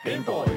Gameboys.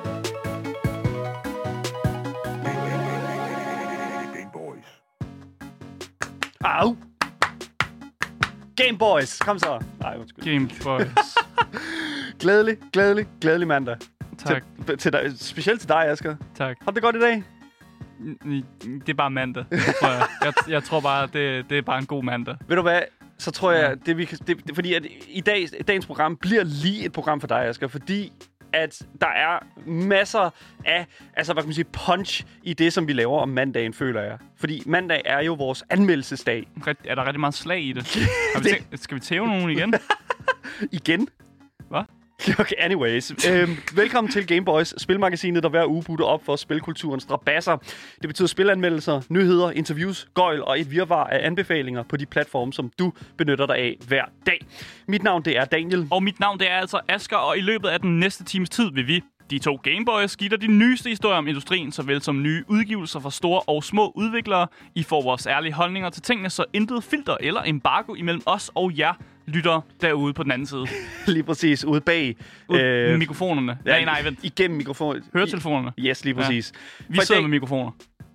Au! Gameboys, kom så. Nej, undskyld. Gameboys. Glædelig mandag. Tak. Til dig, specielt til dig, Asger. Tak. Har du det godt i dag? Det er bare mandag, tror jeg. Jeg tror bare, det er bare en god mandag. Ved du hvad? Så tror jeg, fordi at dagens program bliver lige et program for dig, Asger, fordi at der er masser af, altså hvad kan man sige, punch i det, som vi laver om mandagen, føler jeg. Fordi mandag er jo vores anmeldelsesdag. Er der rigtig meget slag i det? Skal vi tæve nogen igen? Igen? Hvad? Okay, anyways. Velkommen til Gameboys, spilmagasinet, der hver uge putter op for spilkulturens strabasser. Det betyder spilanmeldelser, nyheder, interviews, gøjl og et virvar af anbefalinger på de platforme, som du benytter dig af hver dag. Mit navn, det er Daniel. Og mit navn, det er altså Asger, og i løbet af den næste times tid vil vi, de to Gameboys, give dig de nyeste historier om industrien, såvel som nye udgivelser fra store og små udviklere. I får vores ærlige holdninger til tingene, så intet filter eller embargo imellem os og jer lytter derude på den anden side. Lige præcis, ude bag mikrofonerne. Nej, vent. Igennem mikrofonen. Høretelefonerne. Yes, lige præcis. Ja. Vi sidder med mikrofoner.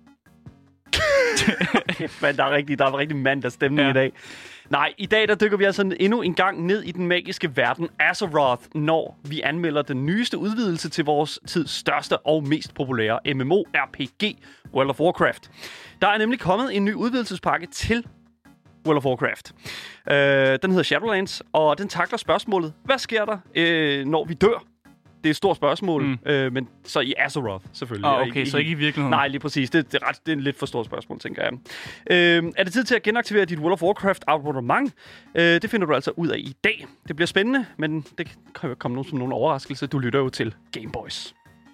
Men der er rigtig mandagsstemning i dag. Nej, i dag der dykker vi altså endnu en gang ned i den magiske verden Azeroth, når vi anmelder den nyeste udvidelse til vores tids største og mest populære MMORPG, World of Warcraft. Der er nemlig kommet en ny udvidelsespakke til World of Warcraft. Den hedder Shadowlands, og den takler spørgsmålet, hvad sker der, når vi dør? Det er et stort spørgsmål, men så i Azeroth, selvfølgelig. Okay, så ikke i virkeligheden? Nej, lige præcis. Det er et lidt for stort spørgsmål, tænker jeg. Er det tid til at genaktivere dit World of Warcraft abonnement? Det finder du altså ud af i dag. Det bliver spændende, men det kan jo komme som nogen overraskelse. Du lytter jo til Gameboys.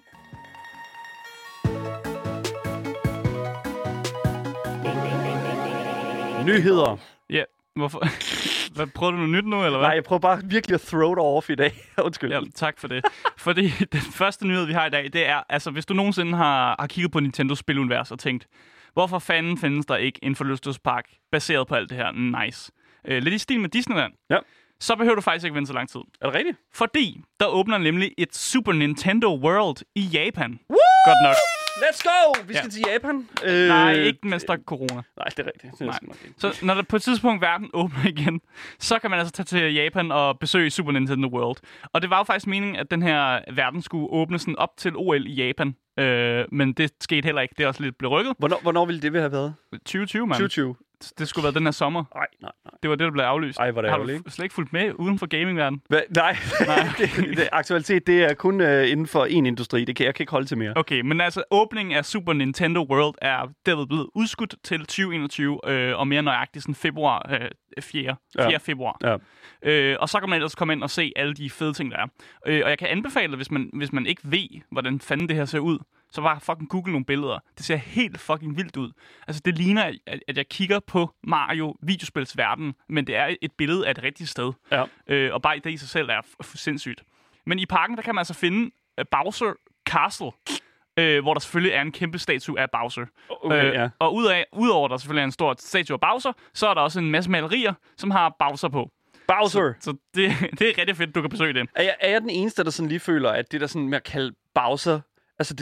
Nyheder. Ja, hvorfor? Hvad, prøver du noget nyt nu, eller hvad? Nej, jeg prøver bare virkelig at throw dig off i dag. Undskyld. Ja, tak for det. Fordi den første nyhed, vi har i dag, det er, altså hvis du nogensinde har kigget på Nintendos spilunivers og tænkt, hvorfor fanden findes der ikke en forlystelsespark baseret på alt det her nice? Lidt i stil med Disneyland. Ja. Så behøver du faktisk ikke vente så lang tid. Er det rigtigt? Fordi der åbner nemlig et Super Nintendo World i Japan. Woo! Godt nok. Let's go! Vi skal til Japan. Nej, ikke mens der er corona. Nej, det er rigtigt. Det er så når der på et tidspunkt verden åbner igen, så kan man altså tage til Japan og besøge Super Nintendo World. Og det var jo faktisk meningen, at den her verden skulle åbne sådan op til OL i Japan. Men det skete heller ikke. Det er også lidt blevet rykket. Hvornår ville det have været? 2020, mand. 2020. Det skulle være den her sommer. Nej. Det var det, der blev aflyst. Ej, hvor det har du slet ikke fulgt med uden for gamingverdenen? Nej. Aktualitet, det er kun inden for en industri. Jeg kan ikke holde til mere. Okay, men altså åbningen af Super Nintendo World er derved blevet udskudt til 2021, og mere nøjagtigt sådan februar, 4. februar. Ja. Og så kan man ellers komme ind og se alle de fede ting, der er. Og jeg kan anbefale, hvis man ikke ved, hvordan fanden det her ser ud, så bare fucking google nogle billeder. Det ser helt fucking vildt ud. Altså, det ligner, at jeg kigger på Mario videospilsverden, men det er et billede af et rigtigt sted. Ja. Og bare det i sig selv er sindssygt. Men i parken, der kan man altså finde Bowser Castle, hvor der selvfølgelig er en kæmpe statue af Bowser. Okay, ja. Og udover der selvfølgelig er en stor statue af Bowser, så er der også en masse malerier, som har Bowser på. Bowser! Så det er rigtig fedt, du kan besøge det. Er jeg den eneste, der sådan lige føler, at det der sådan med at kalde Bowser, altså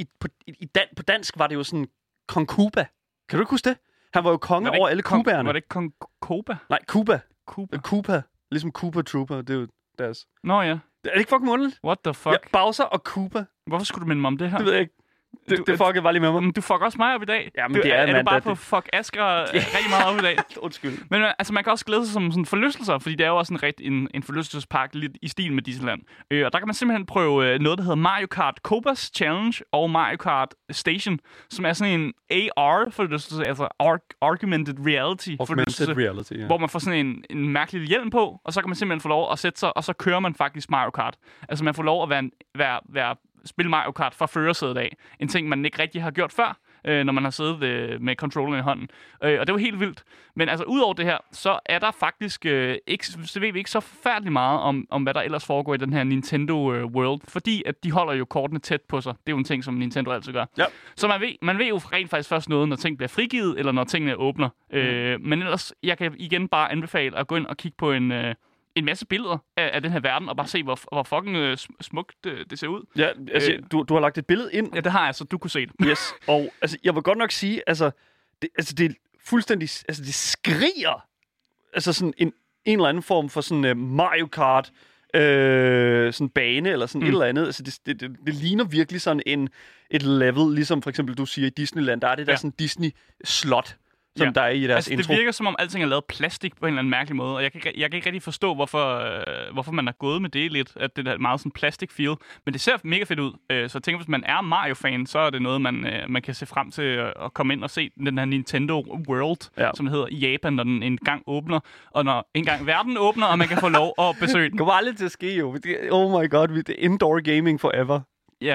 på dansk var det jo sådan Kong Koopa. Kan du ikke huske det? Han var jo konge over alle Koopaerne. Var det ikke Kong Koopa? Nej, Koopa. Koopa. Ligesom Koopa Trooper, det er jo deres. Nå ja. Er det ikke fucking underligt? What the fuck? Ja, Bowser og Koopa. Hvorfor skulle du minde mig om det her? Det ved jeg ikke. Det fuckede bare lige med mig. Du fucker også mig op i dag. Ja, men det er du bare på fuck Asger rigtig meget op i dag? Undskyld. Men altså, man kan også glæde sig som sådan forlystelser, fordi det er jo også en forlystelsespark lidt i stil med Disneyland. Og der kan man simpelthen prøve noget, der hedder Mario Kart Copas Challenge og Mario Kart Station, som er sådan en AR-forlystelse, altså Augmented Reality-forlystelse, ja. Hvor man får sådan en mærkelig hjelm på, og så kan man simpelthen få lov at sætte sig, og så kører man faktisk Mario Kart. Altså, man får lov at være spille Mario Kart fra førersædet af. En ting, man ikke rigtig har gjort før, når man har siddet med controlleren i hånden. Og det var helt vildt. Men altså, udover det her, så er der faktisk så ved vi ikke så forfærdeligt meget om, hvad der ellers foregår i den her Nintendo World. Fordi at de holder jo kortene tæt på sig. Det er jo en ting, som Nintendo altid gør. Ja. Så man ved jo rent faktisk først noget, når ting bliver frigivet, eller når tingene åbner. Men ellers, jeg kan igen bare anbefale at gå ind og kigge på en masse billeder af den her verden, og bare se, hvor fucking smukt det ser ud. Ja, altså, du har lagt et billede ind. Ja, det har jeg, så du kunne se det. Yes, og altså, jeg vil godt nok sige, det er fuldstændig, altså det skriger, altså sådan en eller anden form for sådan Mario Kart, sådan bane eller sådan et eller andet. Altså det ligner virkelig sådan et level, ligesom for eksempel du siger i Disneyland, der er det der sådan Disney-slot, som der er i deres intro. Det virker som om alting er lavet plastik på en eller anden mærkelig måde, og jeg kan ikke rigtig forstå, hvorfor man er gået med det lidt, at det er meget sådan plastic feel, men det ser mega fedt ud. Så jeg tænker, hvis man er Mario-fan, så er det noget, man kan se frem til at komme ind og se den her Nintendo World, som det hedder, i Japan, når den engang åbner, og når engang verden åbner, og man kan få lov at besøge den. Det kommer aldrig til at ske jo. Oh my god, det er indoor gaming forever. Ja.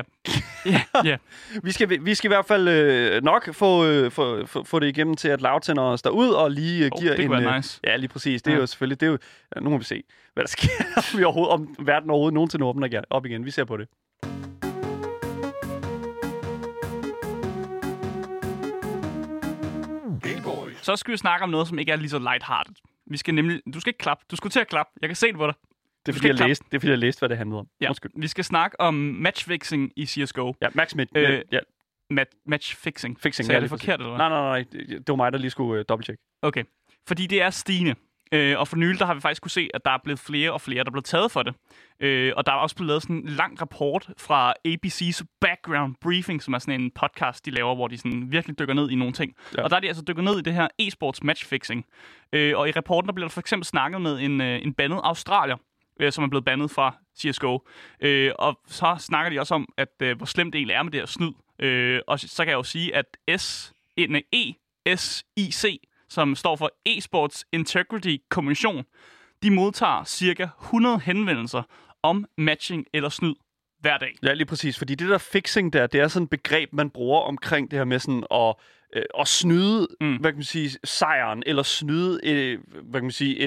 Vi skal i hvert fald nok få det igennem til, at Loud sender os derud og lige giver det en... Nice. Ja, lige præcis. Det er jo selvfølgelig... Det er jo, nu må vi se, hvad der sker, om verden overhovedet nogensinde åbner op igen. Vi ser på det. Så skal vi snakke om noget, som ikke er lige så lighthearted. Du skal ikke klappe. Du skulle til at klappe. Jeg kan se det på dig. Det er fordi, jeg læste, hvad det handlede om. Ja. Vi skal snakke om matchfixing i CSGO. Ja, matchfixing. Fixing, er det forkert, eller hvad? Nej. Det var mig, der lige skulle dobbelttjekke. Okay. Fordi det er stigende. Og for nylig, der har vi faktisk kunne se, at der er blevet flere og flere, der er blevet taget for det. Og der er også blevet lavet sådan en lang rapport fra ABC's Background Briefing, som er sådan en podcast, de laver, hvor de sådan virkelig dykker ned i nogle ting. Ja. Og der er de altså dykket ned i det her e-sports matchfixing. Og i rapporten, der bliver der for eksempel snakket med en bandet australier, som er blevet bandet fra CSGO. Og så snakker de også om, at hvor slemt det egentlig er med det her snyd. Og så kan jeg jo sige, at ESIC, som står for Esports Integrity Commission, de modtager cirka 100 henvendelser om matching eller snyd hver dag. Ja, lige præcis. Fordi det der fixing der, det er sådan et begreb, man bruger omkring det her med sådan at snyde, hvad kan man sige, sejren, eller snyde, hvad kan man sige,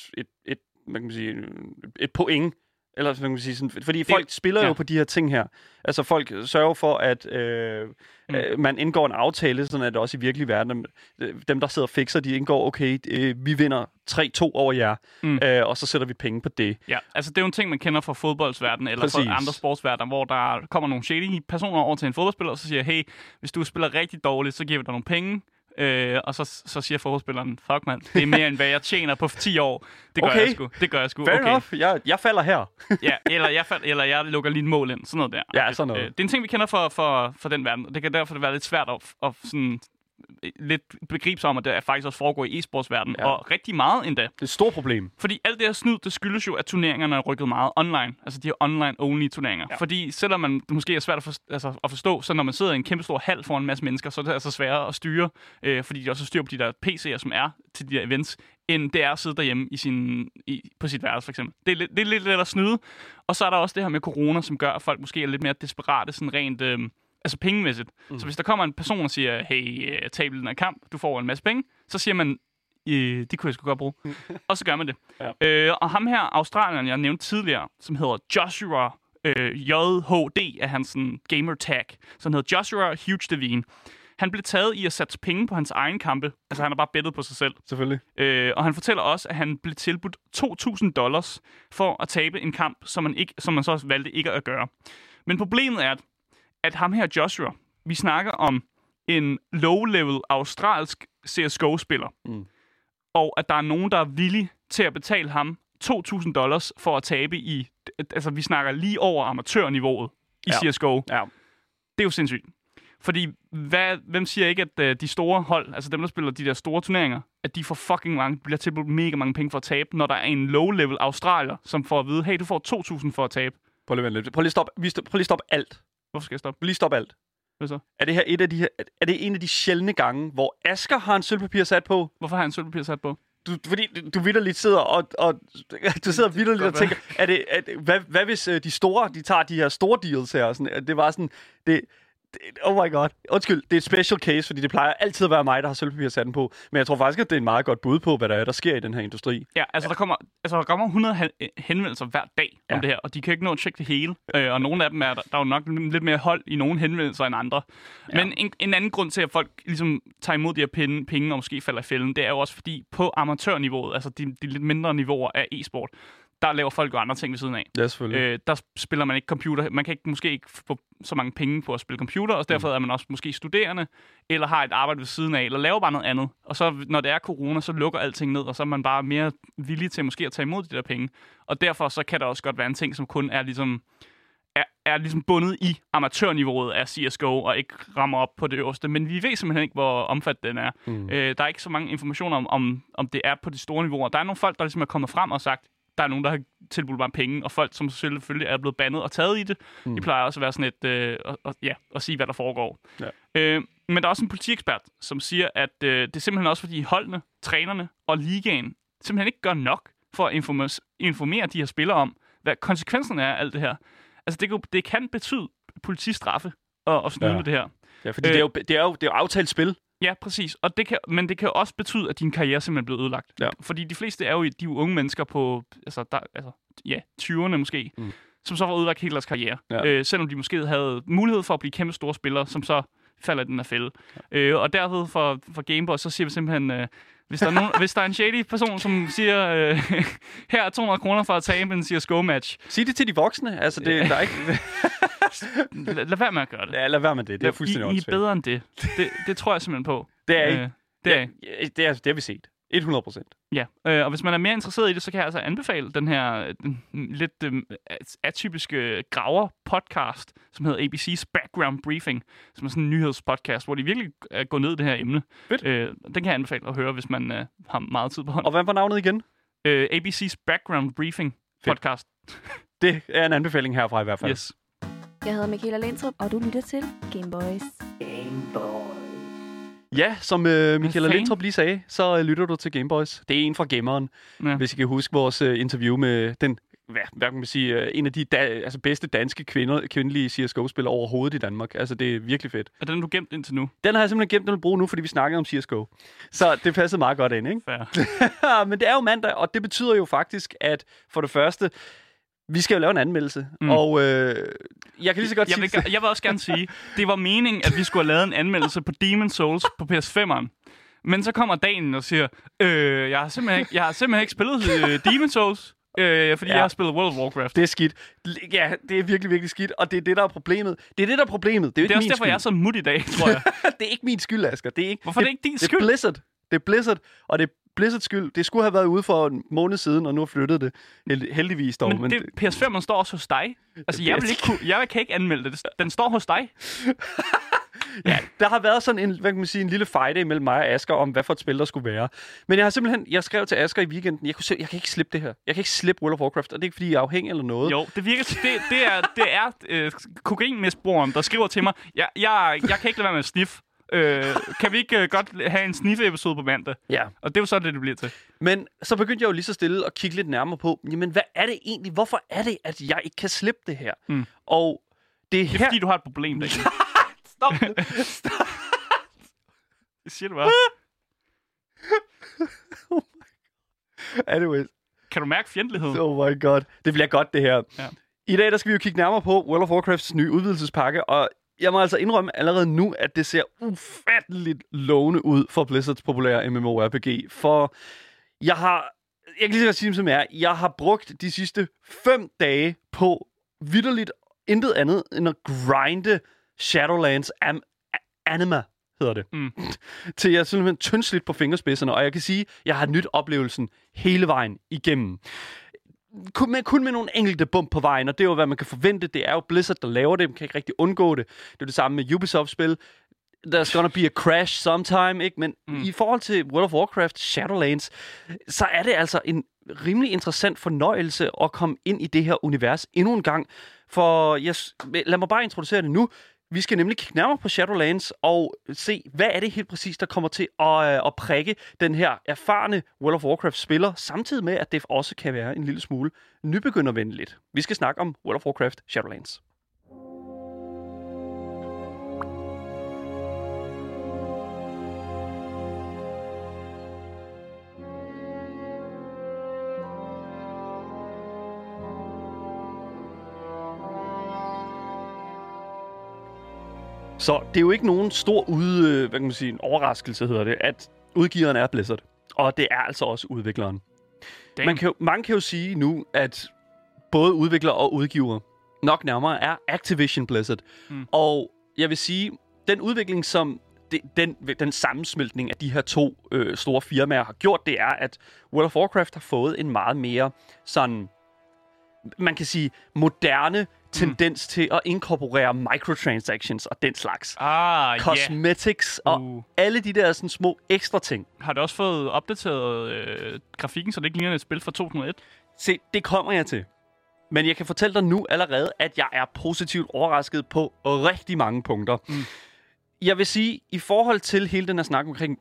et point. Eller hvad kan man sige sådan, fordi folk spiller jo på de her ting her. Altså folk sørger for, at man indgår en aftale, sådan at det også i virkelig verden, dem der sidder og fikser, de indgår, okay, vi vinder 3-2 over jer, og så sætter vi penge på det. Ja, altså det er jo en ting, man kender fra fodboldsverdenen, eller fra andre sportsverdener, hvor der kommer nogle shady personer over til en fodboldspiller, og så siger, hey, hvis du spiller rigtig dårligt, så giver vi dig nogle penge. Og så siger fodboldspilleren, fuck man, det er mere end hvad jeg tjener på 10 år. Det gør jeg sgu. Fair enough. Jeg falder her. Ja, eller jeg lukker lige et mål ind. Sådan noget der. Ja, sådan noget. Det er en ting, vi kender for den verden, og det kan derfor være lidt svært at sådan lidt begribe sig om, at det faktisk også foregår i e-sportsverdenen, og rigtig meget endda. Det er et stort problem. Fordi alt det her snyd, det skyldes jo, at turneringerne er rykket meget online. Altså de her online-only turneringer. Ja. Fordi selvom man det måske er svært at forstå, så når man sidder i en kæmpe stor hal foran en masse mennesker, så er det altså sværere at styre, fordi de også styrer på de der PC'er, som er til de der events, end det er at sidde derhjemme på sit værelse, for eksempel. Det er lidt let at snyde. Og så er der også det her med corona, som gør, at folk måske er lidt mere desperate, sådan rent... altså pengemæssigt. Så hvis der kommer en person og siger, hey, tab den her kamp, du får en masse penge, så siger man, det kunne jeg sgu godt bruge. Og så gør man det. Ja. Og ham her, australieren, jeg nævnte tidligere, som hedder Joshua JHD, er hans gamer tag, som hedder Joshua Huge Devine. Han blev taget i at sætte penge på hans egen kampe. Altså han har bare bettet på sig selv. Selvfølgelig. Og han fortæller også, at han blev tilbudt $2,000 for at tabe en kamp, som man så også valgte ikke at gøre. Men problemet er, at ham her Joshua, vi snakker om en low-level australsk CSGO-spiller. Og at der er nogen, der er villige til at betale ham $2,000 for at tabe i... Altså, vi snakker lige over amatørniveauet i CSGO. Ja. Det er jo sindssygt. Fordi, hvem siger ikke, at de store hold, altså dem, der spiller de der store turneringer, at de får bliver tilbudt mega mange penge for at tabe, når der er en low-level australier, som får at vide, hey, du får 2.000 for at tabe. Prøv lige at stoppe alt. Hvorfor skal jeg stoppe? Lige stoppe alt. Hvad så? Er det en af de sjældne gange, hvor Asger har en sølvpapir sat på? Hvorfor har han en sølvpapir sat på? Fordi du vitterligt sidder og du sidder vitterligt og tænker, hvad hvis de store, de tager de her store deals her? Og sådan, det var sådan, oh my god. Undskyld, det er et special case, fordi det plejer altid at være mig, der har sølvpapirsatten på. Men jeg tror faktisk, at det er en meget godt bud på, hvad der sker i den her industri. Ja, altså der kommer 100 henvendelser hver dag om det her, og de kan ikke nå at tjekke det hele. Og nogle af dem der er jo nok lidt mere hold i nogle henvendelser end andre. Ja. Men en anden grund til, at folk ligesom tager imod de her penge og måske falder i fælden, det er jo også fordi på amatørniveauet, altså de lidt mindre niveauer af e-sport, der laver folk jo andre ting ved siden af. Ja, selvfølgelig. Der spiller man ikke computer. Man kan måske ikke få så mange penge på at spille computer, og derfor er man også måske studerende, eller har et arbejde ved siden af, eller laver bare noget andet. Og så, når det er corona, så lukker alting ned, og så er man bare mere villig til måske at tage imod de der penge. Og derfor så kan der også godt være en ting, som kun er ligesom bundet i amatørniveauet af CSGO, og ikke rammer op på det øverste. Men vi ved simpelthen ikke, hvor omfattende den er. Der er ikke så mange informationer om det er på de store niveauer. Der er nogle folk, der ligesom er kommet frem og sagt, der er nogen, der har tilbudt mig penge, og folk, som selvfølgelig er blevet bandet og taget i det, de plejer også at være sådan et, at sige, hvad der foregår. Ja. Men der er også en politiekspert, som siger, at det er simpelthen også, fordi holdene, trænerne og ligaen simpelthen ikke gør nok for at informere de her spillere om, hvad konsekvenserne er af alt det her. Altså, det kan betyde politistraffe at snyde med det her. Ja, fordi det er jo aftalt spil. Ja, præcis. Men det kan også betyde, at din karriere simpelthen er blevet ødelagt. Ja. Fordi de fleste er jo de unge mennesker på 20'erne måske, som så får ødelagt hele deres karriere. Ja. Selvom de måske havde mulighed for at blive kæmpe store spillere, som så falder i den her fælde. Ja. Og derved for Gameboy, så siger vi simpelthen... Hvis der er en shady person, som siger, her er 200 kroner for at tabe en CSGO-match. Sig det til de voksne. Altså, der er ikke... Lad være med at gøre det. Ja, lad være med det. Det er fuldstændig åndssvagt. I er bedre end det. Det tror jeg simpelthen på. Det er ikke. Det har vi set. 100%. Ja, og hvis man er mere interesseret i det, så kan jeg altså anbefale den her lidt atypiske graver-podcast, som hedder ABC's Background Briefing, som er sådan en nyhedspodcast, hvor de virkelig går ned i det her emne. Den kan jeg anbefale at høre, hvis man har meget tid på hånden. Og hvad var navnet igen? ABC's Background Briefing podcast. Det er en anbefaling herfra i hvert fald. Yes. Jeg hedder Michaela Lindtrup, og du lytter til Gameboys. Ja, som Michaela Lindtrup lige sagde, så lytter du til Gameboys. Det er en fra Gameren, hvis I kan huske vores interview med den, hvad kan man sige, en af de bedste danske kvindelige CSGO-spillere overhovedet i Danmark. Altså, det er virkelig fedt. Og den har du gemt indtil nu? Den har jeg simpelthen gemt, den vil bruge nu, fordi vi snakker om CSGO. Så det passede meget godt ind, ikke? Fair. Men det er jo mandag, og det betyder jo faktisk, at for det første, vi skal jo lave en anmeldelse, og jeg kan lige så godt sige... Jeg vil også gerne sige, det var meningen, at vi skulle have lavet en anmeldelse på Demon's Souls på PS5'eren. Men så kommer Daniel og siger, jeg har simpelthen ikke spillet Demon's Souls, fordi jeg har spillet World of Warcraft. Det er skidt. Ja, det er virkelig, virkelig skidt, og det er det, der er problemet. Det er også derfor, jeg er så mut i dag, tror jeg. Det er ikke min skyld, Asger. Hvorfor er det ikke din skyld? Det er Blizzard, og det er Blizzards skyld. Det skulle have været ude for en måned siden, og nu har flyttet det. Heldigvis dog. Men PS5'eren står også hos dig. Altså, jeg kan ikke anmelde det. Den står hos dig. Ja, der har været sådan en lille fight imellem mig og Asger om, hvad for et spil der skulle være. Men jeg skrev til Asger i weekenden, jeg kan ikke slippe det her. Jeg kan ikke slippe World of Warcraft, og det er ikke, fordi jeg er afhængig eller noget. Jo, det virker det er kokainmisbrugeren, der skriver til mig, jeg kan ikke lade være med at sniffe. Kan vi ikke godt have en sniffe-episode på mandag? Ja. Og det er jo så det bliver til. Men så begyndte jeg jo lige så stille at kigge lidt nærmere på, jamen hvad er det egentlig? Hvorfor er det, at jeg ikke kan slippe det her? Og det er fordi, du har et problem derinde. Stop. Det siger du bare. Oh anyways. Kan du mærke fjendtligheden? Oh my god. Det bliver godt, det her. Ja. I dag der skal vi jo kigge nærmere på World of Warcrafts nye udvidelsespakke, og jeg må altså indrømme allerede nu, at det ser ufatteligt lovende ud for Blizzards populære MMORPG. For jeg kan lige så godt sige det som er, jeg har brugt de sidste 5 dage på vitterligt intet andet end at grinde Shadowlands Anima, hedder det. Til jeg er simpelthen tyndslidt på fingerspidserne, og jeg kan sige, at jeg har nyt oplevelsen hele vejen igennem. Kun med nogle enkelte bump på vejen, og det er jo, hvad man kan forvente. Det er jo Blizzard, der laver det. Man kan ikke rigtig undgå det. Det er det samme med Ubisoft-spil. There's gonna be a crash sometime, ikke? Men i forhold til World of Warcraft Shadowlands, så er det altså en rimelig interessant fornøjelse at komme ind i det her univers endnu en gang. For lad mig bare introducere det nu. Vi skal nemlig kigge nærmere på Shadowlands og se, hvad er det helt præcis, der kommer til at prikke den her erfarne World of Warcraft-spiller, samtidig med, at det også kan være en lille smule nybegyndervenligt. Vi skal snakke om World of Warcraft Shadowlands. Så det er jo ikke nogen stor overraskelse, hedder det, at udgiveren er Blizzard. Og det er altså også udvikleren. Mange kan jo sige nu, at både udviklere og udgivere nok nærmere er Activision Blizzard. Og jeg vil sige, den udvikling, som den sammensmeltning af de her to store firmaer har gjort, det er, at World of Warcraft har fået en meget mere sådan, man kan sige, moderne tendens til at inkorporere microtransactions og den slags. Cosmetics og alle de der sådan små ekstra ting. Har det også fået opdateret grafikken, så det ikke ligner et spil fra 2001? Se, det kommer jeg til. Men jeg kan fortælle dig nu allerede, at jeg er positivt overrasket på rigtig mange punkter. Jeg vil sige, i forhold til hele den her snak omkring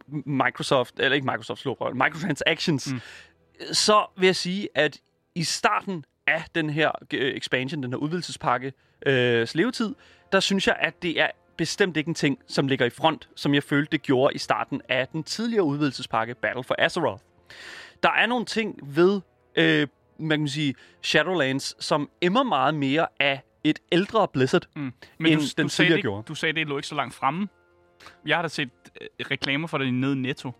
microtransactions, så vil jeg sige, at i starten af den her expansion, den her udvidelsespakke levetid, der synes jeg, at det er bestemt ikke en ting, som ligger i front, som jeg følte, det gjorde i starten af den tidligere udvidelsespakke, Battle for Azeroth. Der er nogle ting ved, man kan sige, Shadowlands, som emmer meget mere af et ældre Blizzard, end den tidligere gjorde. Du sagde, det lå ikke så langt fremme. Jeg har da set reklamer for det nede i Netto.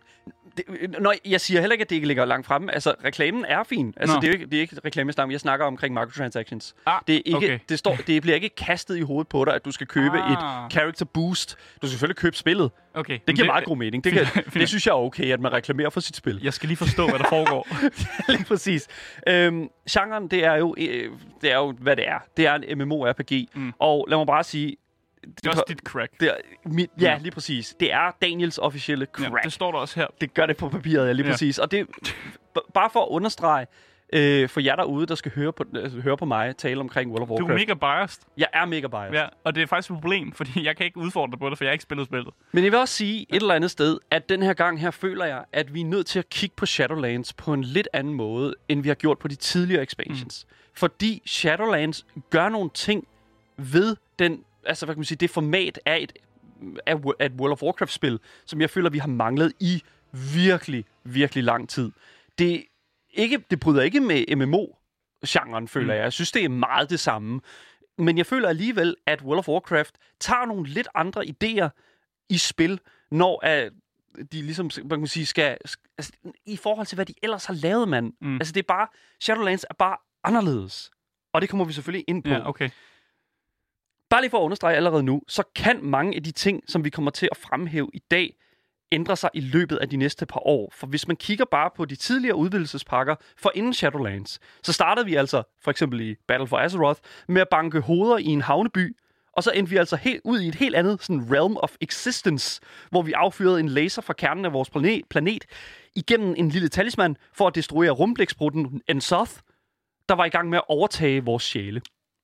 Jeg siger heller ikke, at det ikke ligger langt fremme. Altså, reklamen er fin. Altså, det er ikke reklamesnak, jeg snakker omkring microtransactions. Det er ikke, det bliver ikke kastet i hovedet på dig, at du skal købe et character boost. Du skal selvfølgelig købe spillet. Okay. Det giver meget god mening. Det synes jeg er okay, at man reklamerer for sit spil. Jeg skal lige forstå, hvad der foregår. Lige præcis. Genren, det er jo, hvad det er. Det er en MMORPG. Og lad mig bare sige, det er også dit crack. Lige præcis. Det er Daniels officielle crack. Ja, det står der også her. Det gør det på papiret, lige præcis. Og det bare for at understrege, for jer derude, der skal høre på mig tale omkring World of Warcraft. Du er mega biased. Jeg er mega biased. Ja, og det er faktisk et problem, fordi jeg kan ikke udfordre på det, for jeg har ikke spillet spillet. Men jeg vil også sige et eller andet sted, at den her gang her føler jeg, at vi er nødt til at kigge på Shadowlands på en lidt anden måde, end vi har gjort på de tidligere expansions. Fordi Shadowlands gør nogle ting ved den, altså hvad kan man sige, det format af et World of Warcraft-spil, som jeg føler, vi har manglet i virkelig, virkelig lang tid. Det bryder ikke med MMO-genren, føler jeg. Jeg synes, det er meget det samme. Men jeg føler alligevel, at World of Warcraft tager nogle lidt andre idéer i spil, når de ligesom, man kan sige, skal altså, i forhold til, hvad de ellers har lavet, mand. Altså, det er bare, Shadowlands er bare anderledes. Og det kommer vi selvfølgelig ind på. Ja, okay. Bare lige for at understrege allerede nu, så kan mange af de ting, som vi kommer til at fremhæve i dag, ændre sig i løbet af de næste par år. For hvis man kigger bare på de tidligere udvidelsespakker for inden Shadowlands, så startede vi altså, for eksempel i Battle for Azeroth, med at banke hoveder i en havneby, og så endte vi altså helt ud i et helt andet sådan realm of existence, hvor vi affyrede en laser fra kernen af vores planet igennem en lille talisman for at destruere rumblæksprutten N'Zoth, der var i gang med at overtage vores sjæle.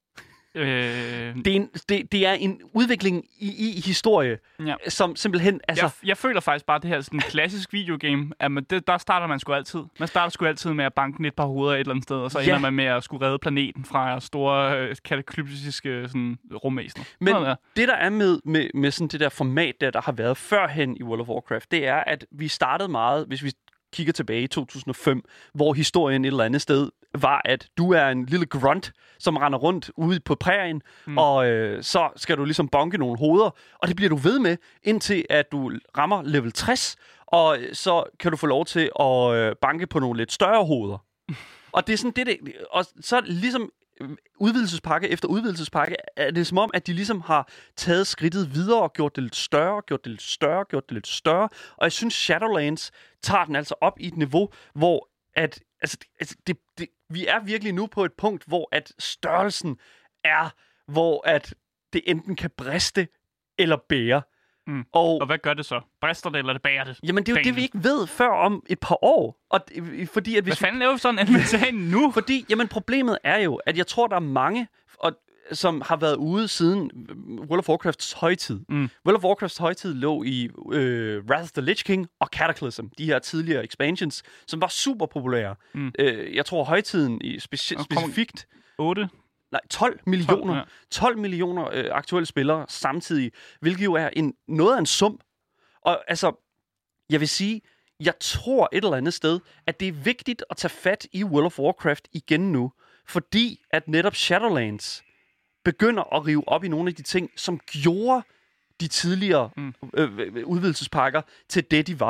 Det er en udvikling i historie, som simpelthen... Altså... Jeg føler faktisk bare, at det her er sådan en klassisk videogame, at der starter man sgu altid. Man starter sgu altid med at banke et par hoveder et eller andet sted, og så ender man med at skulle redde planeten fra store kataklysmiske rumvæsener. Men det, der er med sådan det der format, der har været førhen i World of Warcraft, det er, at vi startede meget, hvis vi kigger tilbage i 2005, hvor historien et eller andet sted var, at du er en lille grunt, som render rundt ude på prærien, og så skal du ligesom bonke nogle hoveder, og det bliver du ved med, indtil at du rammer level 60, og så kan du få lov til at banke på nogle lidt større hoveder. Og det er sådan det, og så ligesom udvidelsespakke efter udvidelsespakke, er det som om, at de ligesom har taget skridtet videre og gjort det lidt større, gjort det lidt større, og jeg synes, Shadowlands tager den altså op i et niveau, hvor at vi er virkelig nu på et punkt, hvor at størrelsen er, hvor at det enten kan briste eller bære. Og hvad gør det så? Brister det, eller det bærer det? Jamen, det er jo det, vi ikke ved før om et par år. Og fordi, at hvis hvad fanden laver vi sådan en inventar nu? Fordi, jamen, problemet er jo, at jeg tror, der er mange, som har været ude siden World of Warcrafts højtid. World of Warcrafts højtid lå i Wrath of the Lich King og Cataclysm, de her tidligere expansions, som var super populære. Jeg tror, højtiden specifikt... 12 millioner. Ja. 12 millioner aktuelle spillere samtidig, hvilket jo er noget af en sum. Og altså, jeg vil sige, jeg tror et eller andet sted, at det er vigtigt at tage fat i World of Warcraft igen nu, fordi at netop Shadowlands begynder at rive op i nogle af de ting, som gjorde de tidligere udvidelsespakker til det, de var.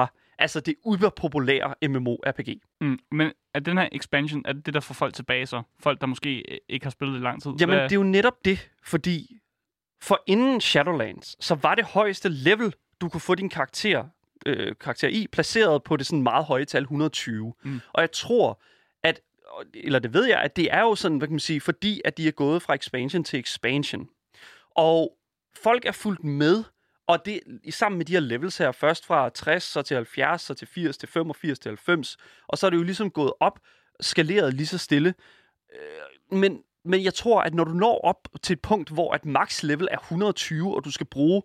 altså det uberpopulære MMORPG. Men er den her expansion, er det der får folk tilbage så? Folk, der måske ikke har spillet i lang tid? Jamen, det er jo netop det, fordi for inden Shadowlands, så var det højeste level, du kunne få din karakter i, placeret på det sådan meget høje tal, 120. Og jeg tror, eller det ved jeg, at det er jo sådan, hvad kan man sige, fordi at de er gået fra expansion til expansion. Og folk er fulgt med, og det sammen med de her levels her, først fra 60, så til 70, så til 80, til 85, til 90, og så er det jo ligesom gået op, skaleret lige så stille. Men jeg tror, at når du når op til et punkt, hvor at max level er 120, og du skal bruge,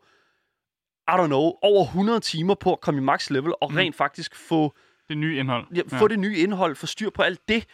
over 100 timer på at komme i max level, og rent faktisk få det nye indhold. Få det nye indhold, få styr på alt det,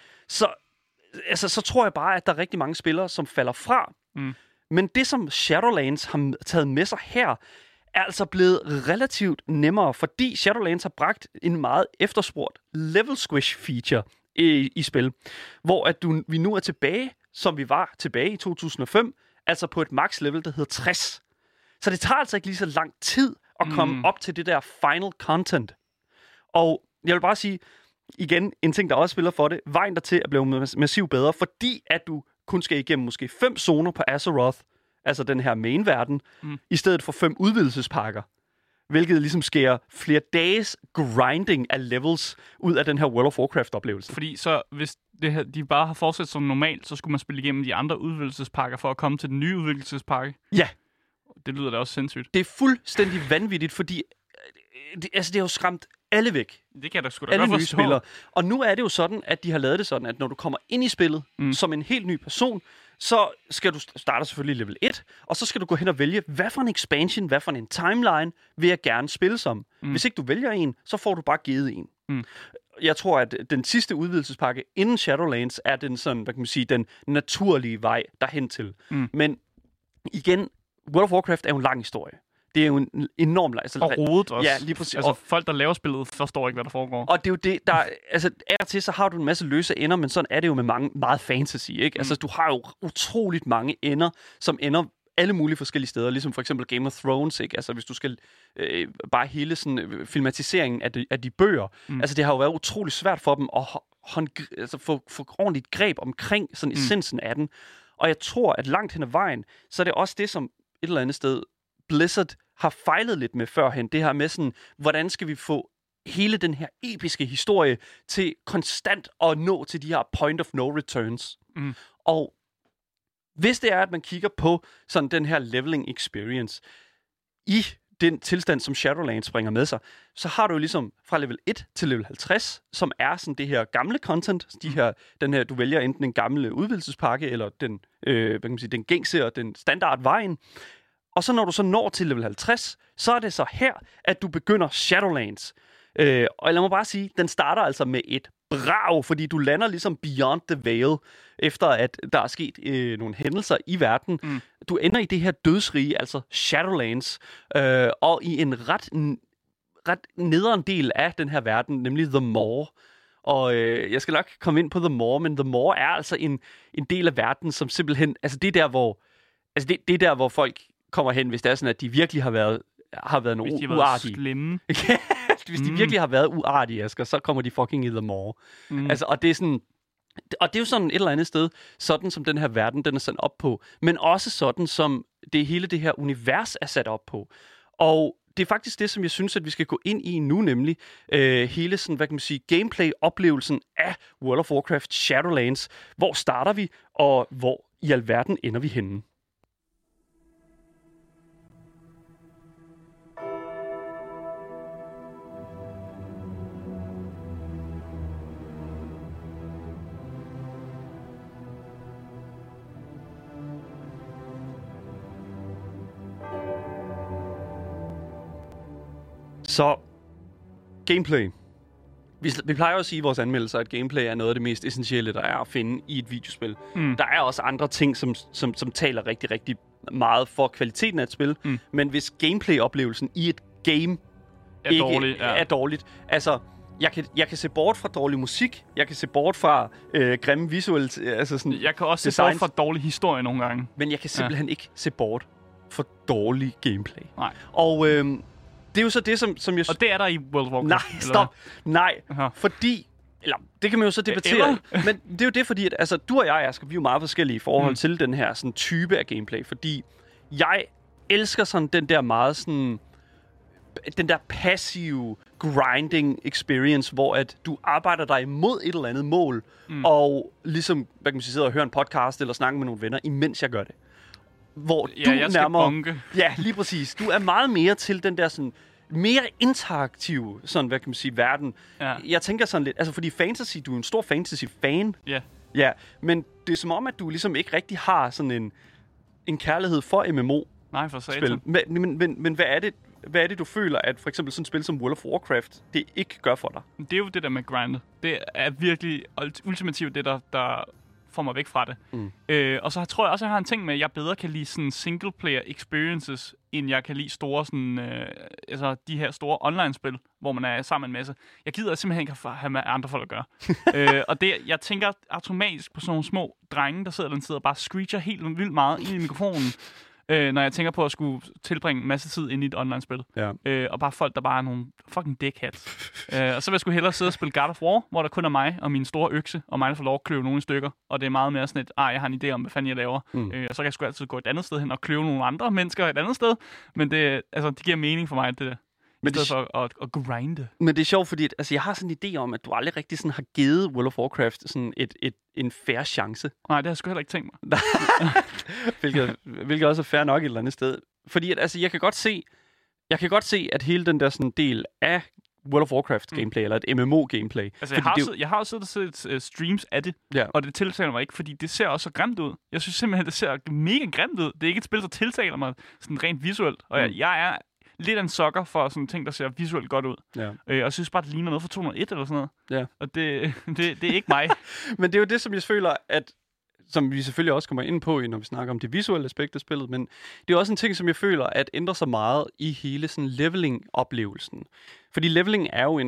så tror jeg bare, at der er rigtig mange spillere, som falder fra. Men det, som Shadowlands har taget med sig her, er altså blevet relativt nemmere, fordi Shadowlands har bragt en meget efterspurgt level squish feature i spil, hvor at vi nu er tilbage, som vi var tilbage i 2005, altså på et max level, der hedder 60. Så det tager altså ikke lige så lang tid at komme op til det der final content. Og jeg vil bare sige, igen, en ting, der også spiller for det, vejen dertil er blevet massivt bedre, fordi at du kun skal igennem måske 5 zoner på Azeroth, altså den her main-verden, i stedet for 5 udvidelsespakker. Hvilket ligesom skærer flere dages grinding af levels ud af den her World of Warcraft-oplevelse. Fordi så, hvis det her, de bare har fortsat som normalt, så skulle man spille igennem de andre udvidelsespakker for at komme til den nye udvidelsespakke? Ja. Det lyder da også sindssygt. Det er fuldstændig vanvittigt, fordi det har jo skræmt alle væk. Det kan jeg da sgu da alle godt nye spillere. Og nu er det jo sådan, at de har lavet det sådan, at når du kommer ind i spillet som en helt ny person, så skal du starte selvfølgelig level 1, og så skal du gå hen og vælge, hvad for en expansion, hvad for en timeline vil jeg gerne spille som. Hvis ikke du vælger en, så får du bare givet en. Jeg tror, at den sidste udvidelsespakke inden Shadowlands er den sådan, hvad kan man sige, den naturlige vej derhen til. Men igen, World of Warcraft er jo en lang historie. Det er jo en enorm lang... Og rodet også. Ja, lige præcis. Altså, folk, der laver spillet, forstår ikke, hvad der foregår. Og det er jo det, der... Altså, af til, så har du en masse løse ender, men sådan er det jo med meget fantasy, ikke? Altså, du har jo utroligt mange ender, som ender alle mulige forskellige steder, ligesom for eksempel Game of Thrones, ikke? Altså, hvis du skal... bare hele sådan filmatiseringen af de bøger. Altså, det har jo været utroligt svært for dem at få ordentligt greb omkring sådan essensen af den. Og jeg tror, at langt hen ad vejen, så er det også det, som et eller andet sted Blizzard har fejlet lidt med førhen. Det her med sådan, hvordan skal vi få hele den her episke historie til konstant at nå til de her point of no returns. Og hvis det er, at man kigger på sådan den her leveling experience i den tilstand, som Shadowlands bringer med sig, så har du jo ligesom fra level 1 til level 50, som er sådan det her gamle content, den her, du vælger enten en gamle udvidelsespakke, eller den, hvad kan man sige, den gængse og den standardvejen. Og så når du så når til level 50, så er det så her, at du begynder Shadowlands. Og lad mig bare sige, den starter altså med et brag, fordi du lander ligesom Beyond the Veil, efter at der er sket nogle hændelser i verden. Du ender i det her dødsrige, altså Shadowlands, og i en ret nederen del af den her verden, nemlig The Maw. Og jeg skal nok komme ind på The Maw, men The Maw er altså en del af verden, som simpelthen... Altså det er der, hvor... Altså det er der, hvor folk kommer hen, hvis det er sådan, at de virkelig har været nogle uartige. Slemme. Hvis de virkelig har været uartige, Asger, så kommer de fucking i The Maw. Altså, og det er sådan... Og det er jo sådan et eller andet sted, sådan som den her verden, den er sat op på. Men også sådan, som det hele det her univers er sat op på. Og det er faktisk det, som jeg synes, at vi skal gå ind i nu, nemlig hele sådan, hvad kan man sige, gameplay-oplevelsen af World of Warcraft Shadowlands. Hvor starter vi, og hvor i alverden ender vi henne? Så, gameplay. Vi plejer jo at sige i vores anmeldelser, at gameplay er noget af det mest essentielle, der er at finde i et videospil. Der er også andre ting, som taler rigtig, rigtig meget for kvaliteten af et spil. Men hvis gameplay-oplevelsen i et game er dårligt, altså... Jeg kan se bort fra dårlig musik. Jeg kan se bort fra grimme visuelt. Altså sådan jeg kan også se bort fra dårlig historie nogle gange. Men jeg kan simpelthen ikke se bort fra dårlig gameplay. Nej. Og det er jo så det, som jeg... Og det er der i World of Warcraft? Nej, stop. Nej, fordi... Eller, det kan man jo så debattere. Men det er jo det, fordi at, altså, du og jeg, Asger, vi er jo meget forskellige i forhold til den her sådan, type af gameplay. Fordi jeg elsker sådan den der meget sådan... Den der passive grinding experience, hvor at du arbejder dig imod et eller andet mål, og ligesom, hvad kan man sige, sidder og hører en podcast eller snakker med nogle venner, imens jeg gør det. Hvor du jeg skal bonke. Ja, lige præcis. Du er meget mere til den der sådan mere interaktive, sådan, hvad kan man sige, verden. Ja. Jeg tænker sådan lidt, altså fordi fantasy, du er en stor fantasy-fan. Ja. Ja, men det er som om, at du ligesom ikke rigtig har sådan en kærlighed for MMO. Nej, for satan. Men hvad er det, du føler, at for eksempel sådan et spil som World of Warcraft, det ikke gør for dig? Det er jo det der med grindet. Det er virkelig ultimativt det, der får mig væk fra det. Og så tror jeg også, at jeg har en ting med, at jeg bedre kan lide sådan single-player experiences, end jeg kan lide store sådan, altså de her store online-spil, hvor man er sammen med en masse. Jeg gider simpelthen ikke have med andre folk at gøre. Og det, jeg tænker automatisk på sådan nogle små drenge, der sidder den side og bare screecher helt vildt meget ind i mikrofonen, når jeg tænker på at skulle tilbringe en masse tid ind i et online-spil. Ja. Og bare folk, der bare er nogle fucking dickheads. Og så vil jeg sgu hellere sidde og spille God of War, hvor der kun er mig og min store økse, og mig, der får lov at kløve nogle stykker. Og det er meget mere sådan et, jeg har en idé om, hvad fanden jeg laver. Og så kan jeg sgu altid gå et andet sted hen og kløve nogle andre mennesker et andet sted. Men det giver mening for mig, det der. I stedet for at grinde. Men det er sjovt, fordi jeg har sådan en idé om, at du aldrig rigtig sådan har givet World of Warcraft sådan en fair chance. Nej, det har jeg sgu heller ikke tænkt mig. hvilket også er fair nok et eller andet sted. Fordi at, jeg kan godt se, at hele den der sådan del af World of Warcraft gameplay, eller et MMO gameplay. Altså, jeg har også set streams af det, og det tiltaler mig ikke, fordi det ser også så grimt ud. Jeg synes simpelthen, det ser mega grimt ud. Det er ikke et spil, der tiltaler mig sådan rent visuelt. Og jeg er lidt en sokker for sådan ting, der ser visuelt godt ud. Ja. Og jeg synes bare, det ligner noget fra 201 eller sådan noget. Ja. Og det er ikke mig. Men det er jo det, som jeg føler, at som vi selvfølgelig også kommer ind på, når vi snakker om det visuelle aspekt af spillet, men det er også en ting, som jeg føler, at ændrer sig meget i hele sådan leveling-oplevelsen. Fordi leveling er jo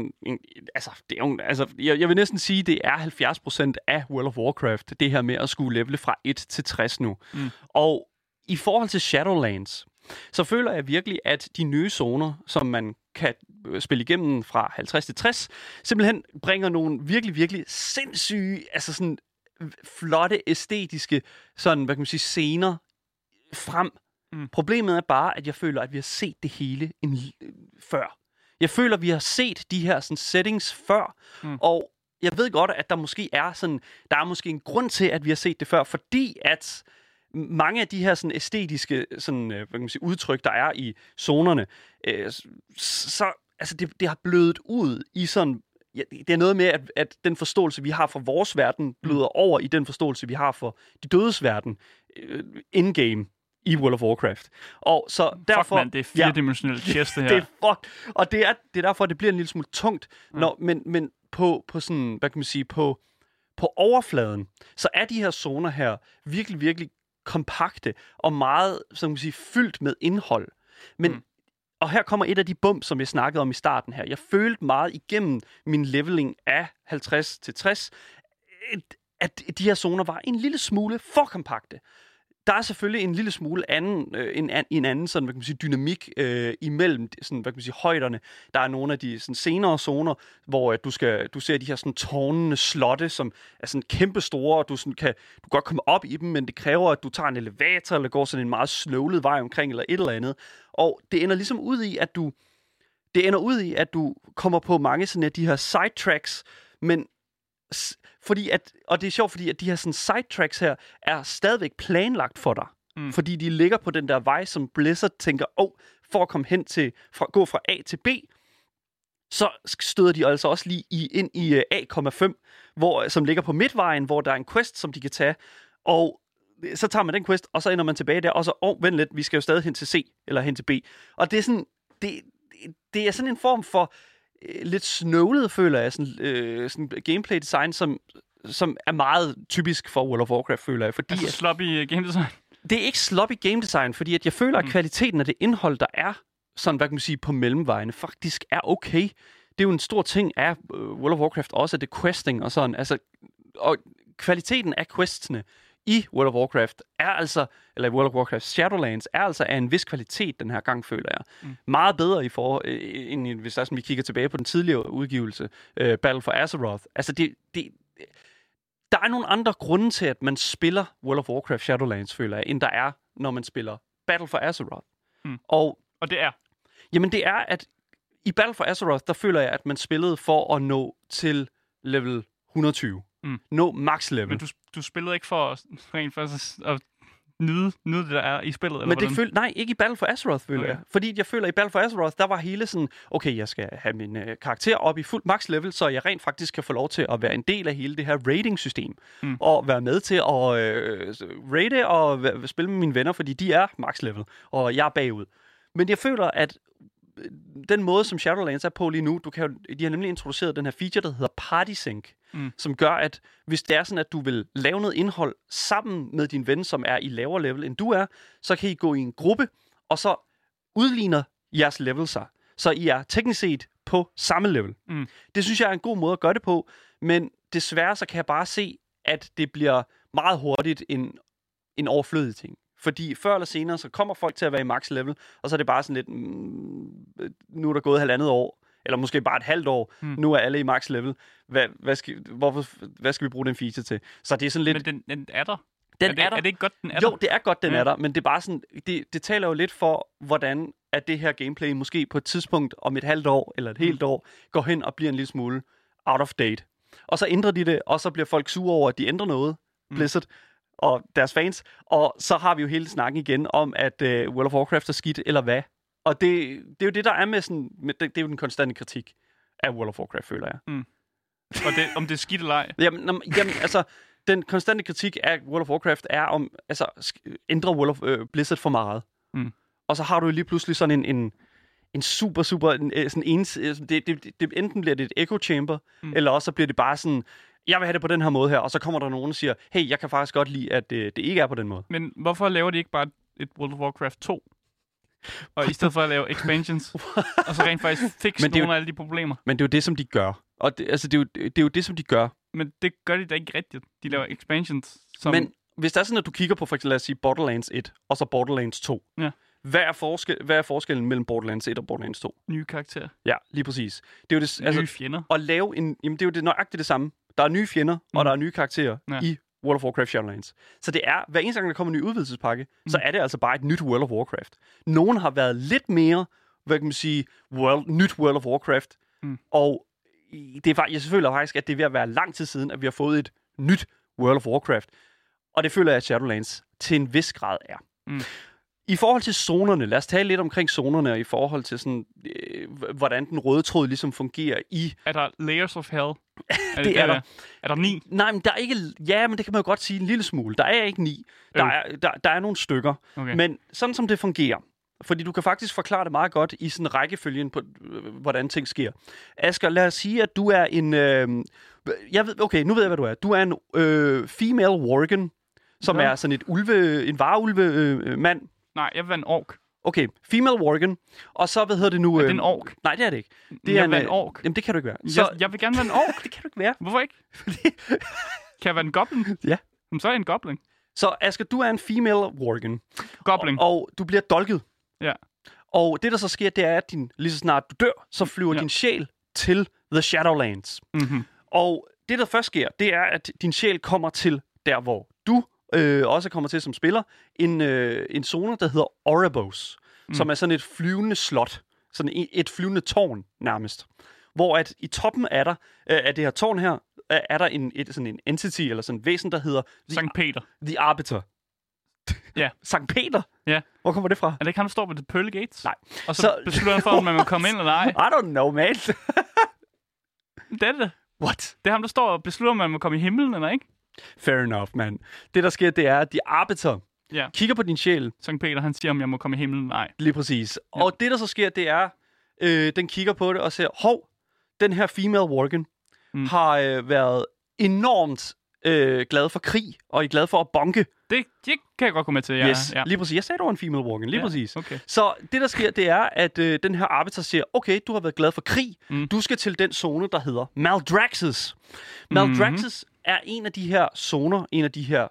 jeg vil næsten sige, det er 70% af World of Warcraft, det her med at skulle levele fra 1 til 60 nu. Og i forhold til Shadowlands, så føler jeg virkelig, at de nye zoner, som man kan spille igennem fra 50 til 60, simpelthen bringer nogle virkelig, virkelig sindssyge, altså sådan flotte, æstetiske, sådan, hvad kan man sige, scener frem. Problemet er bare, at jeg føler, at vi har set det hele før. Jeg føler, at vi har set de her sådan, settings før, og jeg ved godt, at der er måske en grund til, at vi har set det før, fordi at mange af de her sådan æstetiske sådan, hvad kan man sige, udtryk, der er i zonerne, så altså det har blødet ud i sådan. Ja, det er noget med, at den forståelse, vi har for vores verden, bløder over i den forståelse, vi har for de dødes verden in-game i World of Warcraft. Og så derfor, man, det er firedimensionelt chess, det her. Det er og det er derfor, det bliver en lille smule tungt. Men på sådan, hvad kan man sige, på overfladen, så er de her zoner her virkelig, virkelig kompakte og meget, som man sige, fyldt med indhold. Men og her kommer et af de bump, som jeg snakkede om i starten her. Jeg følte meget igennem min leveling af 50 til 60, at de her zoner var en lille smule for kompakte. Der er selvfølgelig en lille smule en anden sådan, hvad kan man sige, dynamik imellem sådan, hvad kan man sige, højderne. Der er nogle af de sådan, senere zoner, hvor du ser de her sådan, tårnende slotte, som er sådan kæmpe store, og du kan godt komme op i dem, men det kræver, at du tager en elevator, eller går sådan en meget snøvlet vej omkring, eller et eller andet. Og det ender ligesom ud i, at du kommer på mange sådan af de her sidetracks, men og det er sjovt, fordi at de her sådan sidetracks her er stadigvæk planlagt for dig. Fordi de ligger på den der vej, som Blizzard tænker, for at komme hen til, gå fra A til B, så støder de altså også lige ind i A,5, som ligger på midtvejen, hvor der er en quest, som de kan tage, og så tager man den quest, og så ender man tilbage der, og så, vent lidt, vi skal jo stadig hen til C, eller hen til B. Og det er sådan, det er sådan en form for lidt snøvlet, føler jeg, sådan gameplay design, som er meget typisk for World of Warcraft, føler jeg. Fordi altså sloppy game design? Det er ikke sloppy game design, fordi at jeg føler, at kvaliteten af det indhold, der er, sådan, hvad kan man sige, på mellemvejene, faktisk er okay. Det er jo en stor ting af World of Warcraft også, at det questing og sådan. Altså, og kvaliteten af questene i World of Warcraft er altså, eller World of Warcraft Shadowlands, er altså af en vis kvalitet den her gang, føler jeg. Meget bedre end hvis vi kigger tilbage på den tidligere udgivelse, Battle for Azeroth. Altså, der er nogle andre grunde til, at man spiller World of Warcraft Shadowlands, føler jeg, end der er, når man spiller Battle for Azeroth. Og det er? Jamen, det er, at i Battle for Azeroth, der føler jeg, at man spillede for at nå til level 120. Nå max level. Men du spillede ikke for rent faktisk at nyde det, der er i spillet? Eller men nej, ikke i Battle for Azeroth, føler jeg. Fordi jeg føler, at i Battle for Azeroth, der var hele sådan, okay, jeg skal have min karakter op i fuld max level, så jeg rent faktisk kan få lov til at være en del af hele det her rating-system. Og være med til at rate og spille med mine venner, fordi de er max level, og jeg er bagud. Men jeg føler, at den måde, som Shadowlands er på lige nu, de har nemlig introduceret den her feature, der hedder Party Sync, som gør, at hvis det er sådan, at du vil lave noget indhold sammen med din ven, som er i lavere level, end du er, så kan I gå i en gruppe, og så udligner jeres level sig. Så I er teknisk set på samme level. Det synes jeg er en god måde at gøre det på, men desværre så kan jeg bare se, at det bliver meget hurtigt en overflødig ting. Fordi før eller senere, så kommer folk til at være i max level, og så er det bare sådan lidt, nu er der gået 1,5 år, eller måske bare et halvt år, nu er alle i max level. Hvad skal vi bruge den feature til? Så det er sådan lidt... Men den er der. Er det ikke godt, den er der? Jo, det er godt, den er der, men det er bare sådan, det taler jo lidt for, hvordan at det her gameplay måske på et tidspunkt om et halvt år, eller et helt år, går hen og bliver en lille smule out of date. Og så ændrer de det, og så bliver folk sure over, at de ændrer noget, Blizzard, og deres fans, og så har vi jo hele snakken igen om, at World of Warcraft er skidt, eller hvad. Og det er jo det, der er med sådan... Det er jo den konstante kritik af World of Warcraft, føler jeg. Og om det er skidt eller ej? Jamen, altså, den konstante kritik af World of Warcraft er om... Altså, ændrer World of Blizzard for meget. Og så har du jo lige pludselig sådan en super... sådan det enten bliver det et echo chamber, eller også så bliver det bare sådan... Jeg vil have det på den her måde her, og så kommer der nogen og siger, hey, jeg kan faktisk godt lide, at det ikke er på den måde. Men hvorfor laver de ikke bare et World of Warcraft 2? Og i stedet for at lave expansions, og så rent faktisk fikse nogle af alle de problemer. Men det er jo det, som de gør. Og det er jo det, som de gør. Men det gør de da ikke rigtigt. De laver expansions. Men hvis det er sådan, at du kigger på, for eksempel, lad os sige, Borderlands 1, og så Borderlands 2. Ja. Hvad er forskellen mellem Borderlands 1 og Borderlands 2? Nye karakterer. Ja, lige præcis. Det er jo det, nye fjender. At lave jamen det er jo det nøjagtigt det samme. Der er nye fjender, og der er nye karakterer i World of Warcraft Shadowlands. Så det er, hver eneste gang, der kommer en ny udvidelsespakke, så er det altså bare et nyt World of Warcraft. Nogen har været lidt mere, hvad kan man sige, nyt World of Warcraft, og jeg føler faktisk, at det er ved at være lang tid siden, at vi har fået et nyt World of Warcraft. Og det føler jeg, at Shadowlands til en vis grad er. I forhold til zonerne, lad os tale lidt omkring zonerne, og i forhold til sådan, hvordan den røde tråd ligesom fungerer i... Er der layers of hell? Det er der. Er der 9? Nej, men der er ikke... Ja, men det kan man jo godt sige en lille smule. Der er ikke 9. Der er nogle stykker. Okay. Men sådan som det fungerer, fordi du kan faktisk forklare det meget godt i sådan rækkefølgen på, hvordan ting sker. Asger, lad os sige, at du er en... nu ved jeg, hvad du er. Du er en female worgen, som er sådan en varulve-mand. Nej, jeg vil være en ork. Okay, female worgen. Og så, hvad hedder det nu? Er det en ork? Nej, det er det ikke. Det er en ork. Jamen, det kan du ikke være. Så, jeg vil gerne være en ork. Det kan du ikke være. Hvorfor ikke? Kan jeg være en goblin? Ja. Jamen, så er jeg en goblin. Så, Asger, du er en female worgen. Goblin. Og du bliver dolket. Ja. Og det, der så sker, det er, at lige så snart du dør, så flyver din sjæl til The Shadowlands. Og det, der først sker, det er, at din sjæl kommer til der, hvor du også kommer til som spiller, en zone, der hedder Oribos, som er sådan et flyvende slot, sådan et flyvende tårn nærmest. Hvor at i toppen af det her tårn her, er der sådan en entity, eller sådan en væsen, der hedder... Sankt Peter. The Arbiter. Ja. Sankt Peter? Ja. Hvor kommer det fra? Er det ikke ham, der står ved The Pearly Gates? Nej. Og så beslutter han for, om man må komme ind eller ej. I don't know, man. Det er det. What? Det er ham, der står og beslutter, om man må komme i himlen eller ikke. Fair enough, man. Det, der sker, det er, at de arbiter kigger på din sjæl. Sankt Peter, han siger, om jeg må komme i himlen. Nej. Lige præcis. Ja. Og det, der så sker, det er, den kigger på det og siger, hov, den her female worgen har været enormt glad for krig, og er glad for at bonke Det kan jeg godt gå med til, ja. Yes, lige præcis. Jeg sagde, du var en female walking, lige præcis. Okay. Så det, der sker, det er, at den her arbiter siger, okay, du har været glad for krig. Du skal til den zone, der hedder Maldraxxus. Maldraxxus er en af de her zoner, en af de her,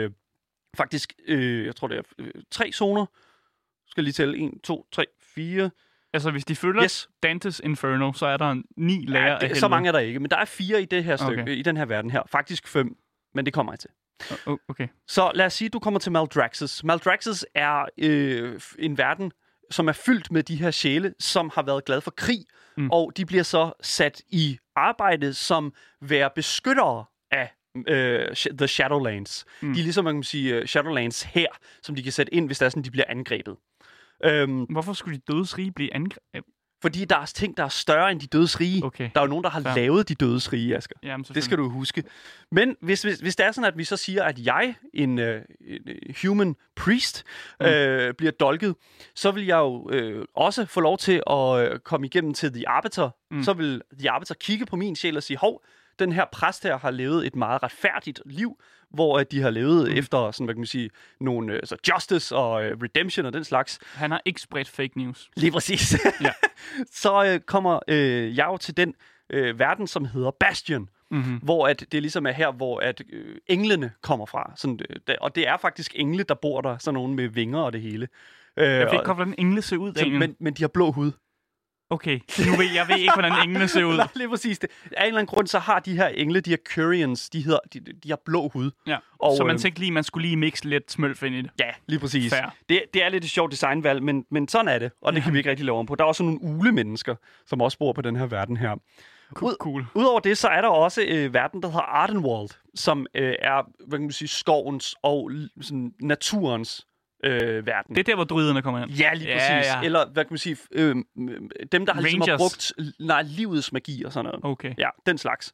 jeg tror, det er 3 zoner. Skal lige tælle 1, 2, 3, 4... Altså, hvis de følger Dantes Inferno, så er der 9 lager af helvede. Så mange er der ikke, men der er 4 i det her stykke, i den her verden her. Faktisk 5, men det kommer jeg til. Okay. Så lad os sige, at du kommer til Maldraxxus. Maldraxxus er en verden, som er fyldt med de her sjæle, som har været glade for krig, og de bliver så sat i arbejde som være beskyttere af The Shadowlands. De er ligesom, man kan sige, Shadowlands her, som de kan sætte ind, hvis det er sådan, de bliver angrebet. Hvorfor skulle de dødsrige blive angrebet? Fordi der er ting, der er større end de dødsrige. Okay. Der er jo nogen, der har lavet de dødsrige, Asger. Jamen, det skal du huske. Men hvis det er sådan, at vi så siger, at jeg, en human priest, bliver dolket, så vil jeg jo også få lov til at komme igennem til The Arbiter. Så vil The Arbiter kigge på min sjæl og sige, hov, den her præst her har levet et meget retfærdigt liv, hvor de har levet efter, sådan, hvad kan man sige, nogle justice og redemption og den slags. Han har ikke spredt fake news. Lige præcis. Ja. Så kommer jeg jo til den verden, som hedder Bastion, hvor at det ligesom er her, hvor at englene kommer fra. Sådan, og det er faktisk engle, der bor der, sådan nogle med vinger og det hele. Jeg ved ikke godt, hvordan engle ser ud, Daniel. Men de har blå hud. Okay, jeg ved ikke, hvordan englene ser ud. Nej, lige præcis. Af en eller anden grund, så har de her engle, de her Curians, de har blå hud. Ja, og, så man tænkte lige, man skulle lige mixe lidt smølf ind i det. Ja, lige præcis. Fair. Det er lidt et sjovt designvalg, men sådan er det, og det kan vi ikke rigtig lave om på. Der er også nogle ulemennesker, som også bor på den her verden her. Cool. Udover det, så er der også verden, der hedder Ardenwald, som er, hvad kan man sige, skovens og sådan, naturens verden. Det er der, hvor druiderne kommer ind. Ja, lige præcis. Ja. Eller, hvad kan man sige, dem, der har, ligesom har brugt livets magi og sådan noget. Okay. Ja, den slags.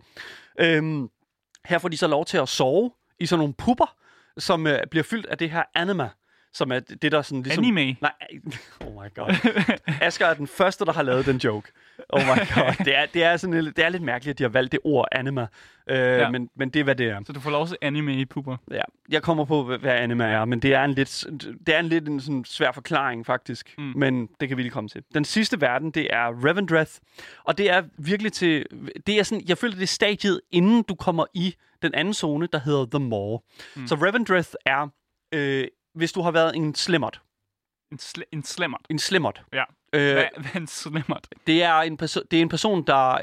Her får de så lov til at sove i sådan nogle pupper, som bliver fyldt af det her anima, som er det, der sådan ligesom... Anime? Nej, oh my god. Asger er den første, der har lavet den joke. Oh my god. Det er lidt mærkeligt, at de har valgt det ord anima. Men det er, hvad det er. Så du får lov til anime i pupper? Ja, jeg kommer på, hvad anima er, men det er en lidt en sådan svær forklaring, faktisk. Men det kan vi lige komme til. Den sidste verden, det er Revendreth. Og det er virkelig til... Det er sådan, jeg føler, det er stadiet, inden du kommer i den anden zone, der hedder The Maw. Så Revendreth er... hvis du har været en slimmert. En slimmert? En slimmert. Ja. Hvad er en slimmert? Det er en person, der...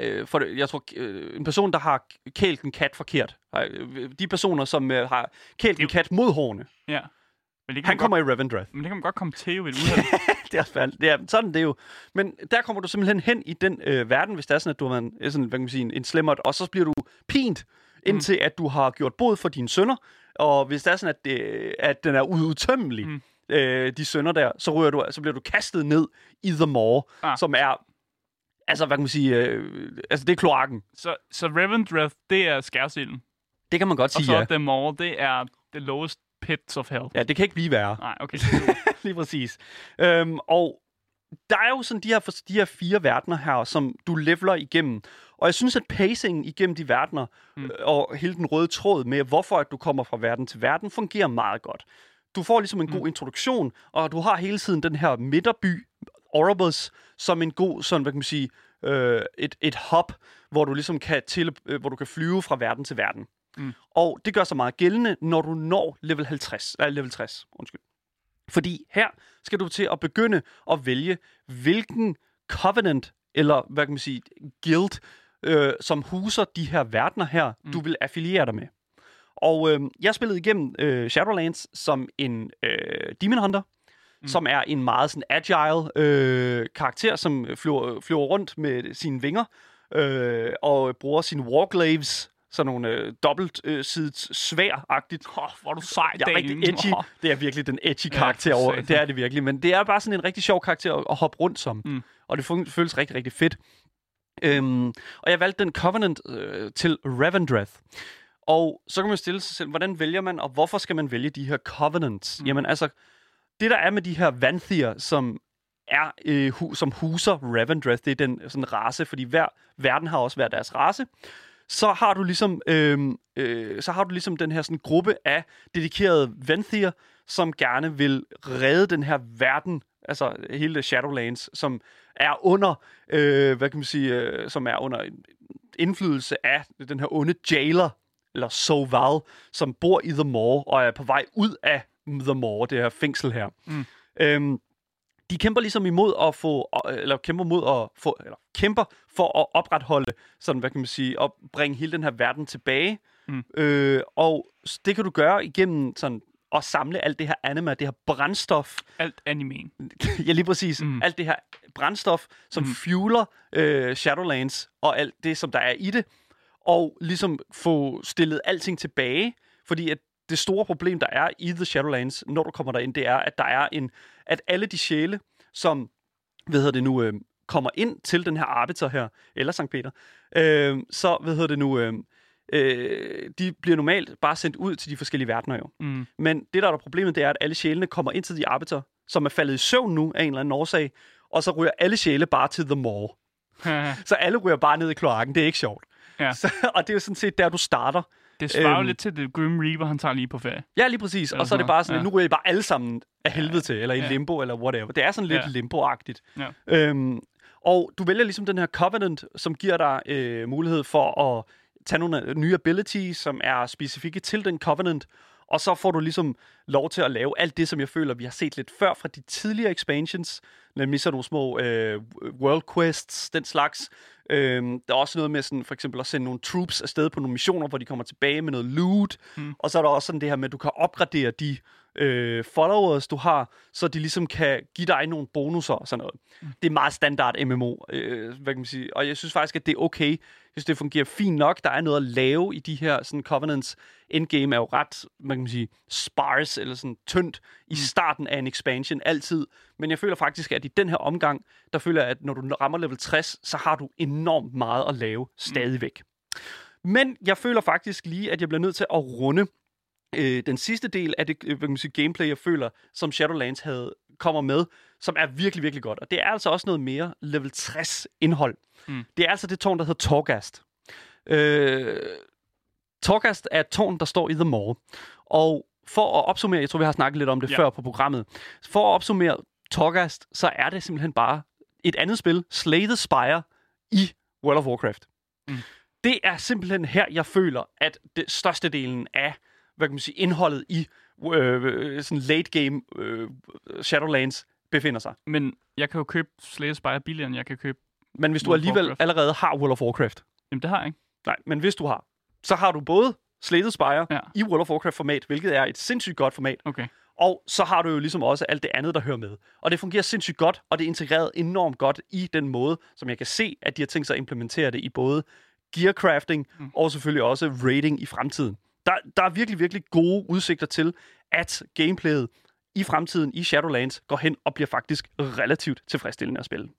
en person, der har kælt en kat forkert. De personer, som har kælt en kat mod hårene. Ja. Men han kommer i Revendreth. Men det kan man godt komme til jo i et udhald. Det er også det er sådan det er jo. Men der kommer du simpelthen hen i den verden, hvis det er sådan, at du har været sådan, hvad kan man sige, en slimmert, og så bliver du pint, indtil at du har gjort bod for dine sønner. Og hvis det er sådan, at den er uudtømmelig, de sønner der, så bliver du kastet ned i The Maw, som er, altså hvad kan man sige, det er kloakken. Så Revendreth, det er skærsilden? Det kan man godt sige, ja. Og så The Maw, det er the lowest pits of hell? Ja, det kan ikke blive værre. Nej, okay. Lige præcis. Og der er jo sådan de her 4 verdener her, som du leveler igennem. Og jeg synes, at pacingen igennem de verdener og hele den røde tråd med, hvorfor at du kommer fra verden til verden, fungerer meget godt. Du får ligesom en god introduktion, og du har hele tiden den her midterby, Oribos, som en god, sådan, hvad kan man sige, et hop, hvor du ligesom hvor du kan flyve fra verden til verden. Og det gør sig meget gældende, når du når level 60. Fordi her skal du til at begynde at vælge, hvilken covenant, eller hvad kan man sige, guild, som huser de her verdener her, du vil affiliere dig med. Og jeg spillede igennem Shadowlands som en Demon Hunter, som er en meget sådan agile karakter, som flyver rundt med sine vinger, og bruger sine warglaves, sådan nogle dobbeltsidigt svær-agtigt. Hvor er du sej, Daniel. Rigtig edgy. Det er virkelig den edgy karakter over. Det er det virkelig, men det er bare sådan en rigtig sjov karakter at hoppe rundt som. Og det føles rigtig, rigtig fedt. Og jeg valgte den Covenant til Revendreth. Og så kan man stille sig selv, hvordan vælger man, og hvorfor skal man vælge de her Covenants? Jamen altså, det der er med de her Vanthyr, som som huser Revendreth, det er den sådan race, fordi hver verden har også hver deres race. så har du ligesom den her sådan gruppe af dedikerede Venthyr, som gerne vil redde den her verden, altså hele Shadowlands, som er under, som er under indflydelse af den her onde jailer, eller Soval, som bor i The Maw og er på vej ud af The Maw, det her fængsel her. De kæmper ligesom kæmper for at opretholde, sådan, at bringe hele den her verden tilbage. Og det kan du gøre igennem sådan at samle alt det her anima, det her brændstof. Alt animen. Ja, lige præcis. Alt det her brændstof, som fueler Shadowlands og alt det, som der er i det. Og ligesom få stillet alting tilbage, fordi at det store problem, der er i The Shadowlands, når du kommer derind, det er, at der er at alle de sjæle, som, kommer ind til den her arbiter her, eller Sankt Peter, de bliver normalt bare sendt ud til de forskellige verdener jo. Men det, der er problemet, det er, at alle sjælene kommer ind til de arbiter, som er faldet i søvn nu af en eller anden årsag, og så ryger alle sjæle bare til The Maw. Så alle ryger bare ned i kloakken. Det er ikke sjovt. Ja. Og det er jo sådan set der, du starter. Det svarer jo lidt til det Grim Reaper, han tager lige på ferie. Ja, lige præcis. Og så er det bare sådan, at nu ryger I bare alle sammen af helvede til, eller i limbo, eller whatever. Det er sådan lidt limbo-agtigt. Ja. Og du vælger ligesom den her Covenant, som giver dig mulighed for at tage nogle nye abilities, som er specifikke til den Covenant, og så får du ligesom lov til at lave alt det, som jeg føler, vi har set lidt før fra de tidligere expansions, nemlig sådan nogle små world quests, den slags. Der er også noget med sådan, for eksempel at sende nogle troops afsted på nogle missioner, hvor de kommer tilbage med noget loot. Og så er der også sådan det her med, at du kan opgradere de followers, du har, så de ligesom kan give dig nogle bonusser og sådan noget. Det er meget standard MMO, hvad kan man sige. Og jeg synes faktisk, at det er okay. Jeg synes, det fungerer fint nok. Der er noget at lave i de her sådan Covenants. Endgame er jo ret, hvad kan man sige, sparse eller sådan tyndt i starten af en expansion altid. Men jeg føler faktisk, at i den her omgang, der føler jeg, at når du rammer level 60, så har du enormt meget at lave stadigvæk. Men jeg føler faktisk lige, at jeg bliver nødt til at runde den sidste del af det gameplay, jeg føler, som Shadowlands kommer med, som er virkelig, virkelig godt. Og det er altså også noget mere level 60 indhold. Det er altså det tårn, der hedder Torghast. Torghast er et tårn, der står i The Maw. Og for at opsummere, jeg tror, vi har snakket lidt om det før på programmet. For at opsummere Torghast, så er det simpelthen bare et andet spil, Slay the Spire, i World of Warcraft. Det er simpelthen her, jeg føler, at det størstedelen af indholdet i sådan late game Shadowlands befinder sig. Men jeg kan jo købe Slay the Spire billigere, end jeg kan købe. Men hvis du alligevel allerede har World of Warcraft. Jamen, det har jeg ikke. Nej, men hvis du har, så har du både Slay the Spire i World of Warcraft-format, hvilket er et sindssygt godt format. Okay. Og så har du jo ligesom også alt det andet, der hører med. Og det fungerer sindssygt godt, og det er integreret enormt godt i den måde, som jeg kan se, at de har tænkt sig at implementere det i både gearcrafting og selvfølgelig også raiding i fremtiden. Der er virkelig, virkelig gode udsigter til, at gameplayet i fremtiden i Shadowlands går hen og bliver faktisk relativt tilfredsstillende at spille.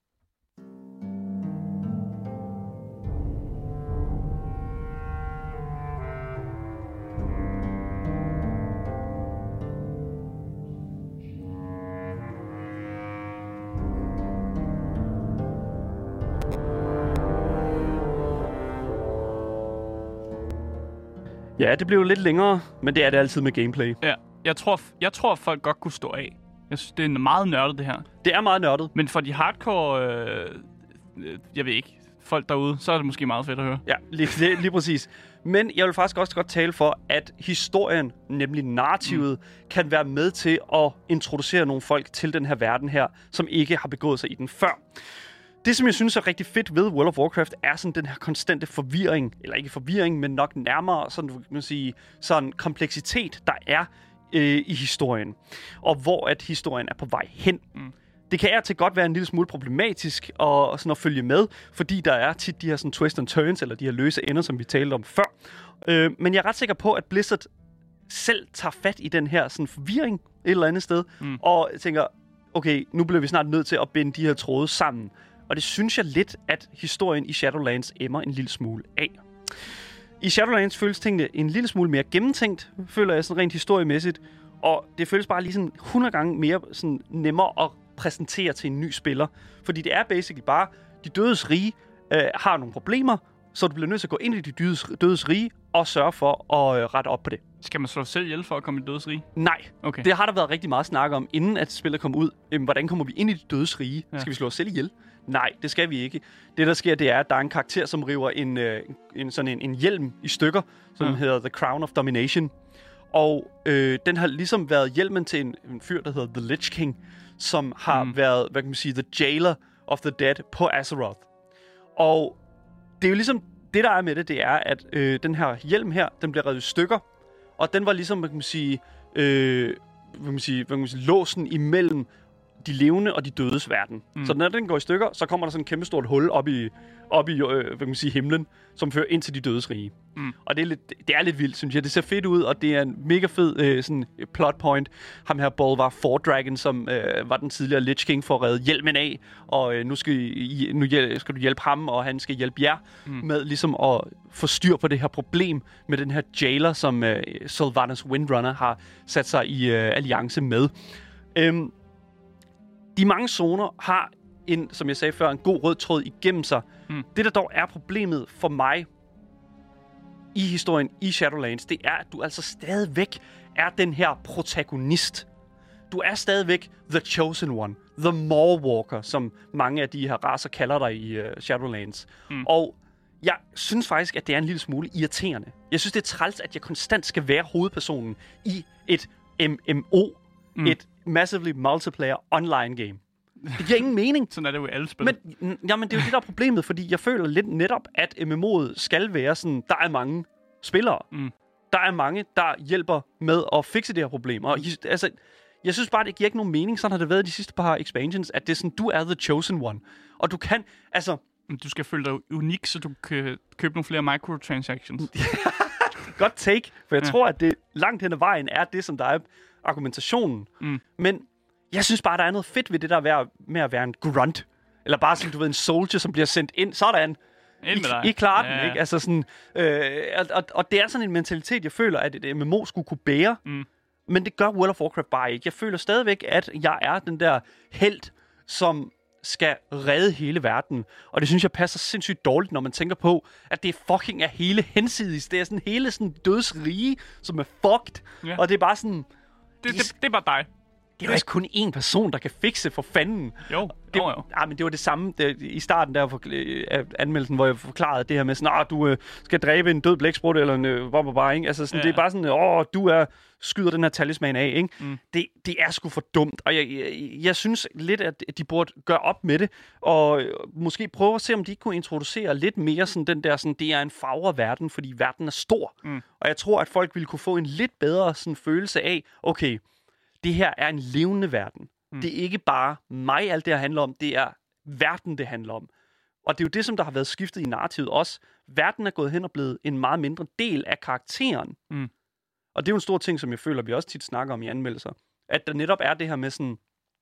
Ja, det blev jo lidt længere, men det er det altid med gameplay. Ja, jeg tror folk godt kunne stå af. Jeg synes, det er meget nørdet, det her. Det er meget nørdet. Men for de hardcore, jeg ved ikke, folk derude, så er det måske meget fedt at høre. Ja, lige præcis. Men jeg vil faktisk også godt tale for, at historien, nemlig narrativet, kan være med til at introducere nogle folk til den her verden her, som ikke har begået sig i den før. Det, som jeg synes er rigtig fedt ved World of Warcraft, er sådan den her konstante forvirring, eller ikke forvirring, men nok nærmere sådan, kan man sige, sådan kompleksitet, der er i historien, og hvor at historien er på vej hen. Det kan til godt være en lille smule problematisk og sådan at følge med, fordi der er tit de her sådan twist and turns, eller de her løse ender, som vi talte om før. Men jeg er ret sikker på, at Blizzard selv tager fat i den her sådan forvirring et eller andet sted, og tænker, okay, nu bliver vi snart nødt til at binde de her tråde sammen. Og det synes jeg lidt, at historien i Shadowlands emmer en lille smule af. I Shadowlands føles tingene en lille smule mere gennemtænkt, føler jeg sådan rent historiemæssigt. Og det føles bare lige sådan 100 gange mere sådan nemmere at præsentere til en ny spiller. Fordi det er basically bare, de dødes rige har nogle problemer, så du bliver nødt til at gå ind i de dødes rige og sørge for at rette op på det. Skal man slå sig selv ihjel for at komme i dødes rige? Nej. Okay. Det har der været rigtig meget snak om, inden at spillet kom ud. Hvordan kommer vi ind i de dødes rige? Ja. Skal vi slå os selv ihjel? Nej, det skal vi ikke. Det, der sker, det er, at der er en karakter, som river en hjelm i stykker, som hedder The Crown of Domination. Og den har ligesom været hjelmen til en fyr, der hedder The Lich King, som har været, hvad kan man sige, the jailer of the dead på Azeroth. Og det er jo ligesom, det der er med det er, at den her hjelm her, den bliver revet i stykker, og den var ligesom, hvad kan man sige, låsen imellem de levende og de dødes verden. Så når den går i stykker, så kommer der sådan et kæmpe stort hul op i hvad kan man sige, himlen, som fører ind til de dødes rige. Og det er lidt vildt, synes jeg. Det ser fedt ud, og det er en mega fed sådan plot point. Ham her Bolvar Fordragon, som var den tidligere Lich King, for at redde hjelmen af, og nu skal du hjælpe ham, og han skal hjælpe jer med ligesom at få styr på det her problem med den her jailer, som Sylvanas Windrunner har sat sig i alliance med. De mange zoner har som jeg sagde før, en god rød tråd igennem sig. Det, der dog er problemet for mig i historien i Shadowlands, det er, at du altså stadigvæk er den her protagonist. Du er stadigvæk The Chosen One, The Mawwalker, som mange af de her racer kalder dig i Shadowlands. Og jeg synes faktisk, at det er en lille smule irriterende. Jeg synes, det er træls, at jeg konstant skal være hovedpersonen i et MMO, et Massively Multiplayer Online Game. Det giver ingen mening. Sådan er det jo i alle spil. Men det er jo det, der er problemet, fordi jeg føler lidt netop, at MMO'et skal være sådan, der er mange spillere. Der er mange, der hjælper med at fikse det her problem. Og altså, jeg synes bare, det giver ikke nogen mening. Sådan har det været de sidste par expansions, at det er sådan, du er the chosen one. Og du kan, altså... Du skal føle dig unik, så du kan købe nogle flere microtransactions. Godt take, for jeg tror, at det langt hen ad vejen er det, som der er argumentationen. Men jeg synes bare, der er noget fedt ved det der med at være en grunt. Eller bare sådan, du ved, en soldier, som bliver sendt ind. Sådan. I klarer den, ikke? Altså sådan, og det er sådan en mentalitet, jeg føler, at et MMO skulle kunne bære. Men det gør World of Warcraft bare ikke. Jeg føler stadigvæk, at jeg er den der helt, som skal redde hele verden. Og det synes jeg passer sindssygt dårligt, når man tænker på, at det fucking er hele hensidigt. Det er sådan hele sådan dødsrige, som er fucked. Ja. Og det er bare sådan... Det er bare dig. Det er jo ikke kun én person, der kan fikse for fanden. Jo. Ja, men det var det samme i starten der af anmeldelsen, hvor jeg forklarede det her med sådan, du skal dræbe en død blæksprut eller en ikke? Altså sådan, det er bare sådan, du skyder den her talisman af, ikke? Det er sgu for dumt, og jeg synes lidt, at de burde gøre op med det, og måske prøve at se, om de kunne introducere lidt mere sådan den der, sådan, det er en fagre verden, fordi verden er stor. Og jeg tror, at folk ville kunne få en lidt bedre sådan følelse af, okay, det her er en levende verden. Det er ikke bare mig, alt det her handler om. Det er verden, det handler om. Og det er jo det, som der har været skiftet i narrativet også. Verden er gået hen og blevet en meget mindre del af karakteren. Og det er jo en stor ting, som jeg føler, vi også tit snakker om i anmeldelser. At der netop er det her med sådan,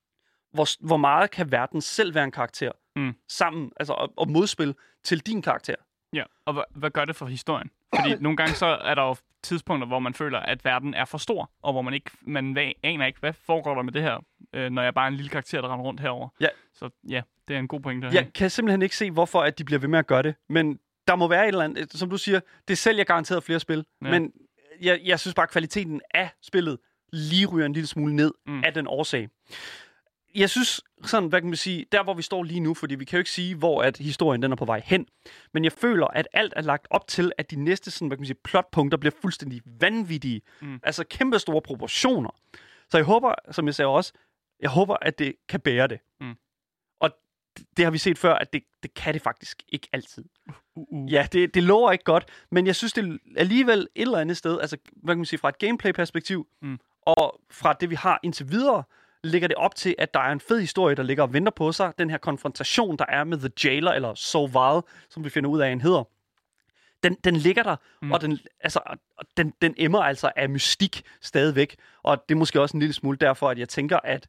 hvor meget kan verden selv være en karakter sammen, altså og modspil til din karakter. Ja, og hvad gør det for historien? Fordi nogle gange så er der jo tidspunkter, hvor man føler, at verden er for stor, og hvor man aner ikke, hvad foregår der med det her, når jeg bare er en lille karakter, der render rundt herover. Ja. Så ja, det er en god pointe. Jeg kan simpelthen ikke se, hvorfor at de bliver ved med at gøre det, men der må være et eller andet, som du siger, det sælger garanteret flere spil, men jeg synes bare, at kvaliteten af spillet lige ryger en lille smule ned af den årsag. Jeg synes sådan, hvad kan man sige, der hvor vi står lige nu, fordi vi kan jo ikke sige, hvor at historien den er på vej hen, men jeg føler, at alt er lagt op til, at de næste sådan, hvad kan man sige, plotpunkter bliver fuldstændig vanvittige. Altså kæmpe store proportioner. Så jeg håber, som jeg sagde også, at det kan bære det. Og det har vi set før, at det kan det faktisk ikke altid. Ja, det lover ikke godt, men jeg synes, det er alligevel et eller andet sted, altså hvad kan man sige, fra et gameplay-perspektiv, og fra det, vi har indtil videre, ligger det op til, at der er en fed historie, der ligger og venter på sig. Den her konfrontation, der er med The Jailer, eller Solval, som vi finder ud af, han hedder. Den ligger der, og den emmer altså af mystik stadigvæk. Og det er måske også en lille smule derfor, at jeg tænker, at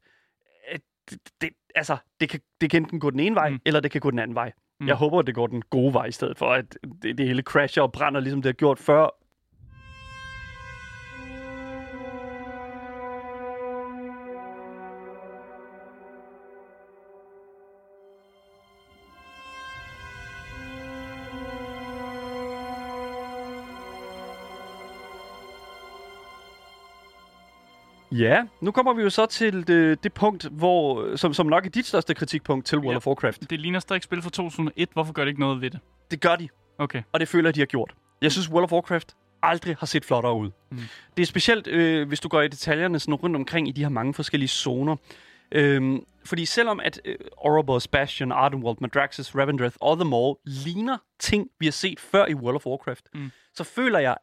det kan enten gå den ene vej, eller det kan gå den anden vej. Jeg håber, at det går den gode vej, i stedet for, at det hele crasher og brænder, ligesom det har gjort før. Ja, nu kommer vi jo så til det punkt, hvor, som nok er dit største kritikpunkt til World of Warcraft. Det ligner stadig spil fra 2001. Hvorfor gør det ikke noget ved det? Det gør de. Okay. Og det føler jeg, de har gjort. Jeg synes, World of Warcraft aldrig har set flottere ud. Det er specielt, hvis du går i detaljerne sådan rundt omkring i de her mange forskellige zoner. Fordi selvom at Oribos, Bastion, Ardenworld, Madraxxus, Revendreth og The Maw ligner ting, vi har set før i World of Warcraft, så føler jeg,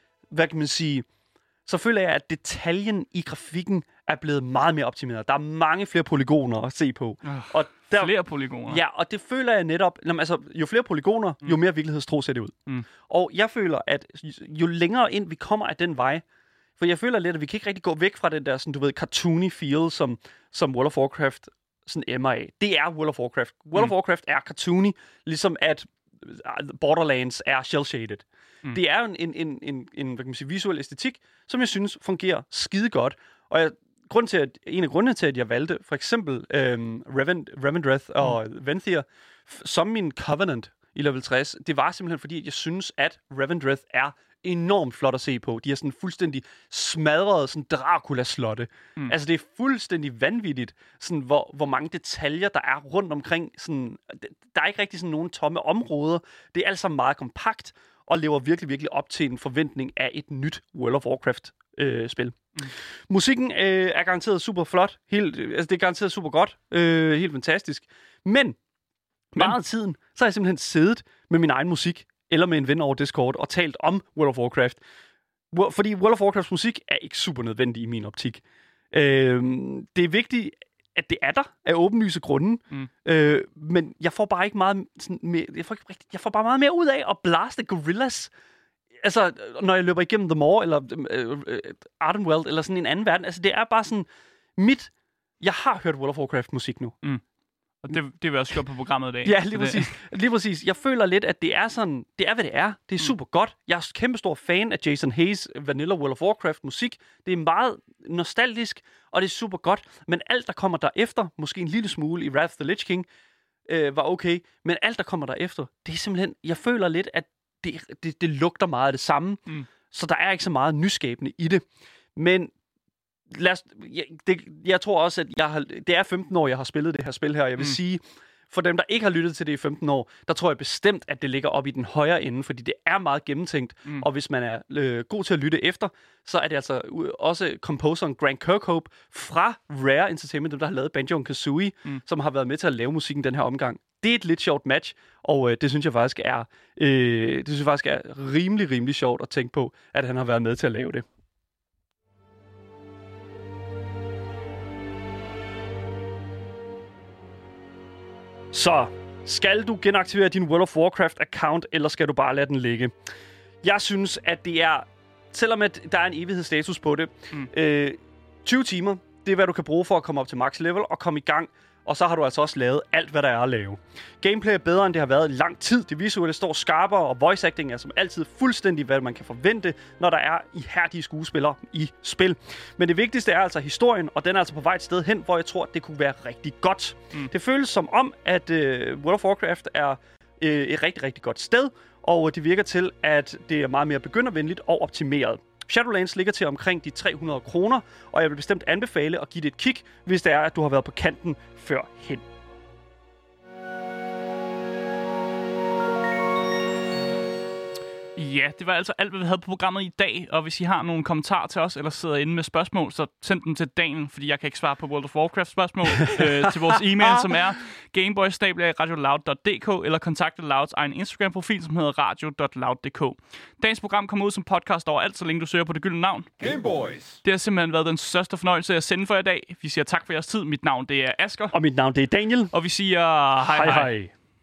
at detaljen i grafikken er blevet meget mere optimeret. Der er mange flere polygoner at se på. Og flere polygoner? Ja, og det føler jeg netop... jo flere polygoner, jo mere virkelighedstro ser det ud. Og jeg føler, at jo længere ind vi kommer af den vej, for jeg føler lidt, at vi kan ikke rigtig gå væk fra den der, sådan, du ved, cartoony feel, som World of Warcraft sådan emmer af. Det er World of Warcraft. World of Warcraft er cartoony, ligesom at Borderlands er shell-shaded. Det er en hvad kan man sige, visuel æstetik, som jeg synes fungerer skide godt. Og en af grundene til, at jeg valgte for eksempel Revendreth og Venthyr som min Covenant i level 60, det var simpelthen fordi, at jeg synes, at Revendreth er enormt flot at se på. De er sådan fuldstændig smadrede sådan Dracula-slotte. Altså, det er fuldstændig vanvittigt, sådan, hvor mange detaljer, der er rundt omkring. Sådan, der er ikke rigtig sådan nogle tomme områder. Det er alt sammen meget kompakt, og lever virkelig, virkelig op til en forventning af et nyt World of Warcraft-spil. Musikken er garanteret super flot. Det er garanteret super godt. Helt fantastisk. Men meget af tiden, så har jeg simpelthen siddet med min egen musik, eller med en ven over Discord, og talt om World of Warcraft. Fordi World of Warcrafts musik er ikke super nødvendig i min optik. Det er vigtigt, at det er der, af åbenlyse grunde. Men jeg får bare ikke meget sådan mere, jeg får bare meget mere ud af at blaste gorillas. Altså, når jeg løber igennem The Maw, eller Ardenworld, eller sådan en anden verden. Altså, det er bare sådan jeg har hørt World of Warcraft musik nu. Og det vil også gå på programmet i dag. Ja, lige præcis. Jeg føler lidt, at det er sådan, det er, hvad det er. Det er super godt. Jeg er kæmpestor fan af Jason Hayes Vanilla World of Warcraft musik. Det er meget nostalgisk, og det er super godt. Men alt, der kommer derefter, måske en lille smule i Wrath of the Lich King, var okay. Men alt, der kommer derefter, det er simpelthen, jeg føler lidt, at det lugter meget af det samme. Så der er ikke så meget nyskabende i det. Men jeg tror også, at det er 15 år, jeg har spillet det her spil her. Jeg vil sige, for dem, der ikke har lyttet til det i 15 år, der tror jeg bestemt, at det ligger op i den højere ende, fordi det er meget gennemtænkt. Og hvis man er god til at lytte efter, så er det altså også composeren Grant Kirkhope fra Rare Entertainment, dem der har lavet Banjo & Kazooie, som har været med til at lave musikken den her omgang. Det er et lidt sjovt match, og det synes jeg faktisk er rimelig, rimelig sjovt at tænke på, at han har været med til at lave det. Så skal du genaktivere din World of Warcraft-account, eller skal du bare lade den ligge? Jeg synes, at det er, selvom at der er en evighedsstatus på det, 20 timer, det er, hvad du kan bruge for at komme op til max level og komme i gang. Og så har du altså også lavet alt, hvad der er at lave. Gameplay er bedre, end det har været i lang tid. Det visuelle står skarpere, og voice acting er som altid fuldstændig, hvad man kan forvente, når der er ihærdige skuespillere i spil. Men det vigtigste er altså historien, og den er altså på vej et sted hen, hvor jeg tror, at det kunne være rigtig godt. Det føles som om, at World of Warcraft er et rigtig, rigtig godt sted, og det virker til, at det er meget mere begyndervenligt og optimeret. Shadowlands ligger til omkring de 300 kroner, og jeg vil bestemt anbefale at give det et kig, hvis det er, at du har været på kanten førhen. Ja, det var altså alt, hvad vi havde på programmet i dag. Og hvis I har nogle kommentarer til os, eller sidder inde med spørgsmål, så send dem til Daniel, fordi jeg kan ikke svare på World of Warcraft-spørgsmål, til vores e-mail, som er gameboys@radioloud.dk, eller kontakte Louds egen Instagram-profil, som hedder radio.loud.dk. Dagens program kommer ud som podcast overalt, så længe du søger på det gyldne navn. Gameboys! Det har simpelthen været den største fornøjelse at sende for i dag. Vi siger tak for jeres tid. Mit navn, det er Asger. Og mit navn, det er Daniel. Og vi siger hej.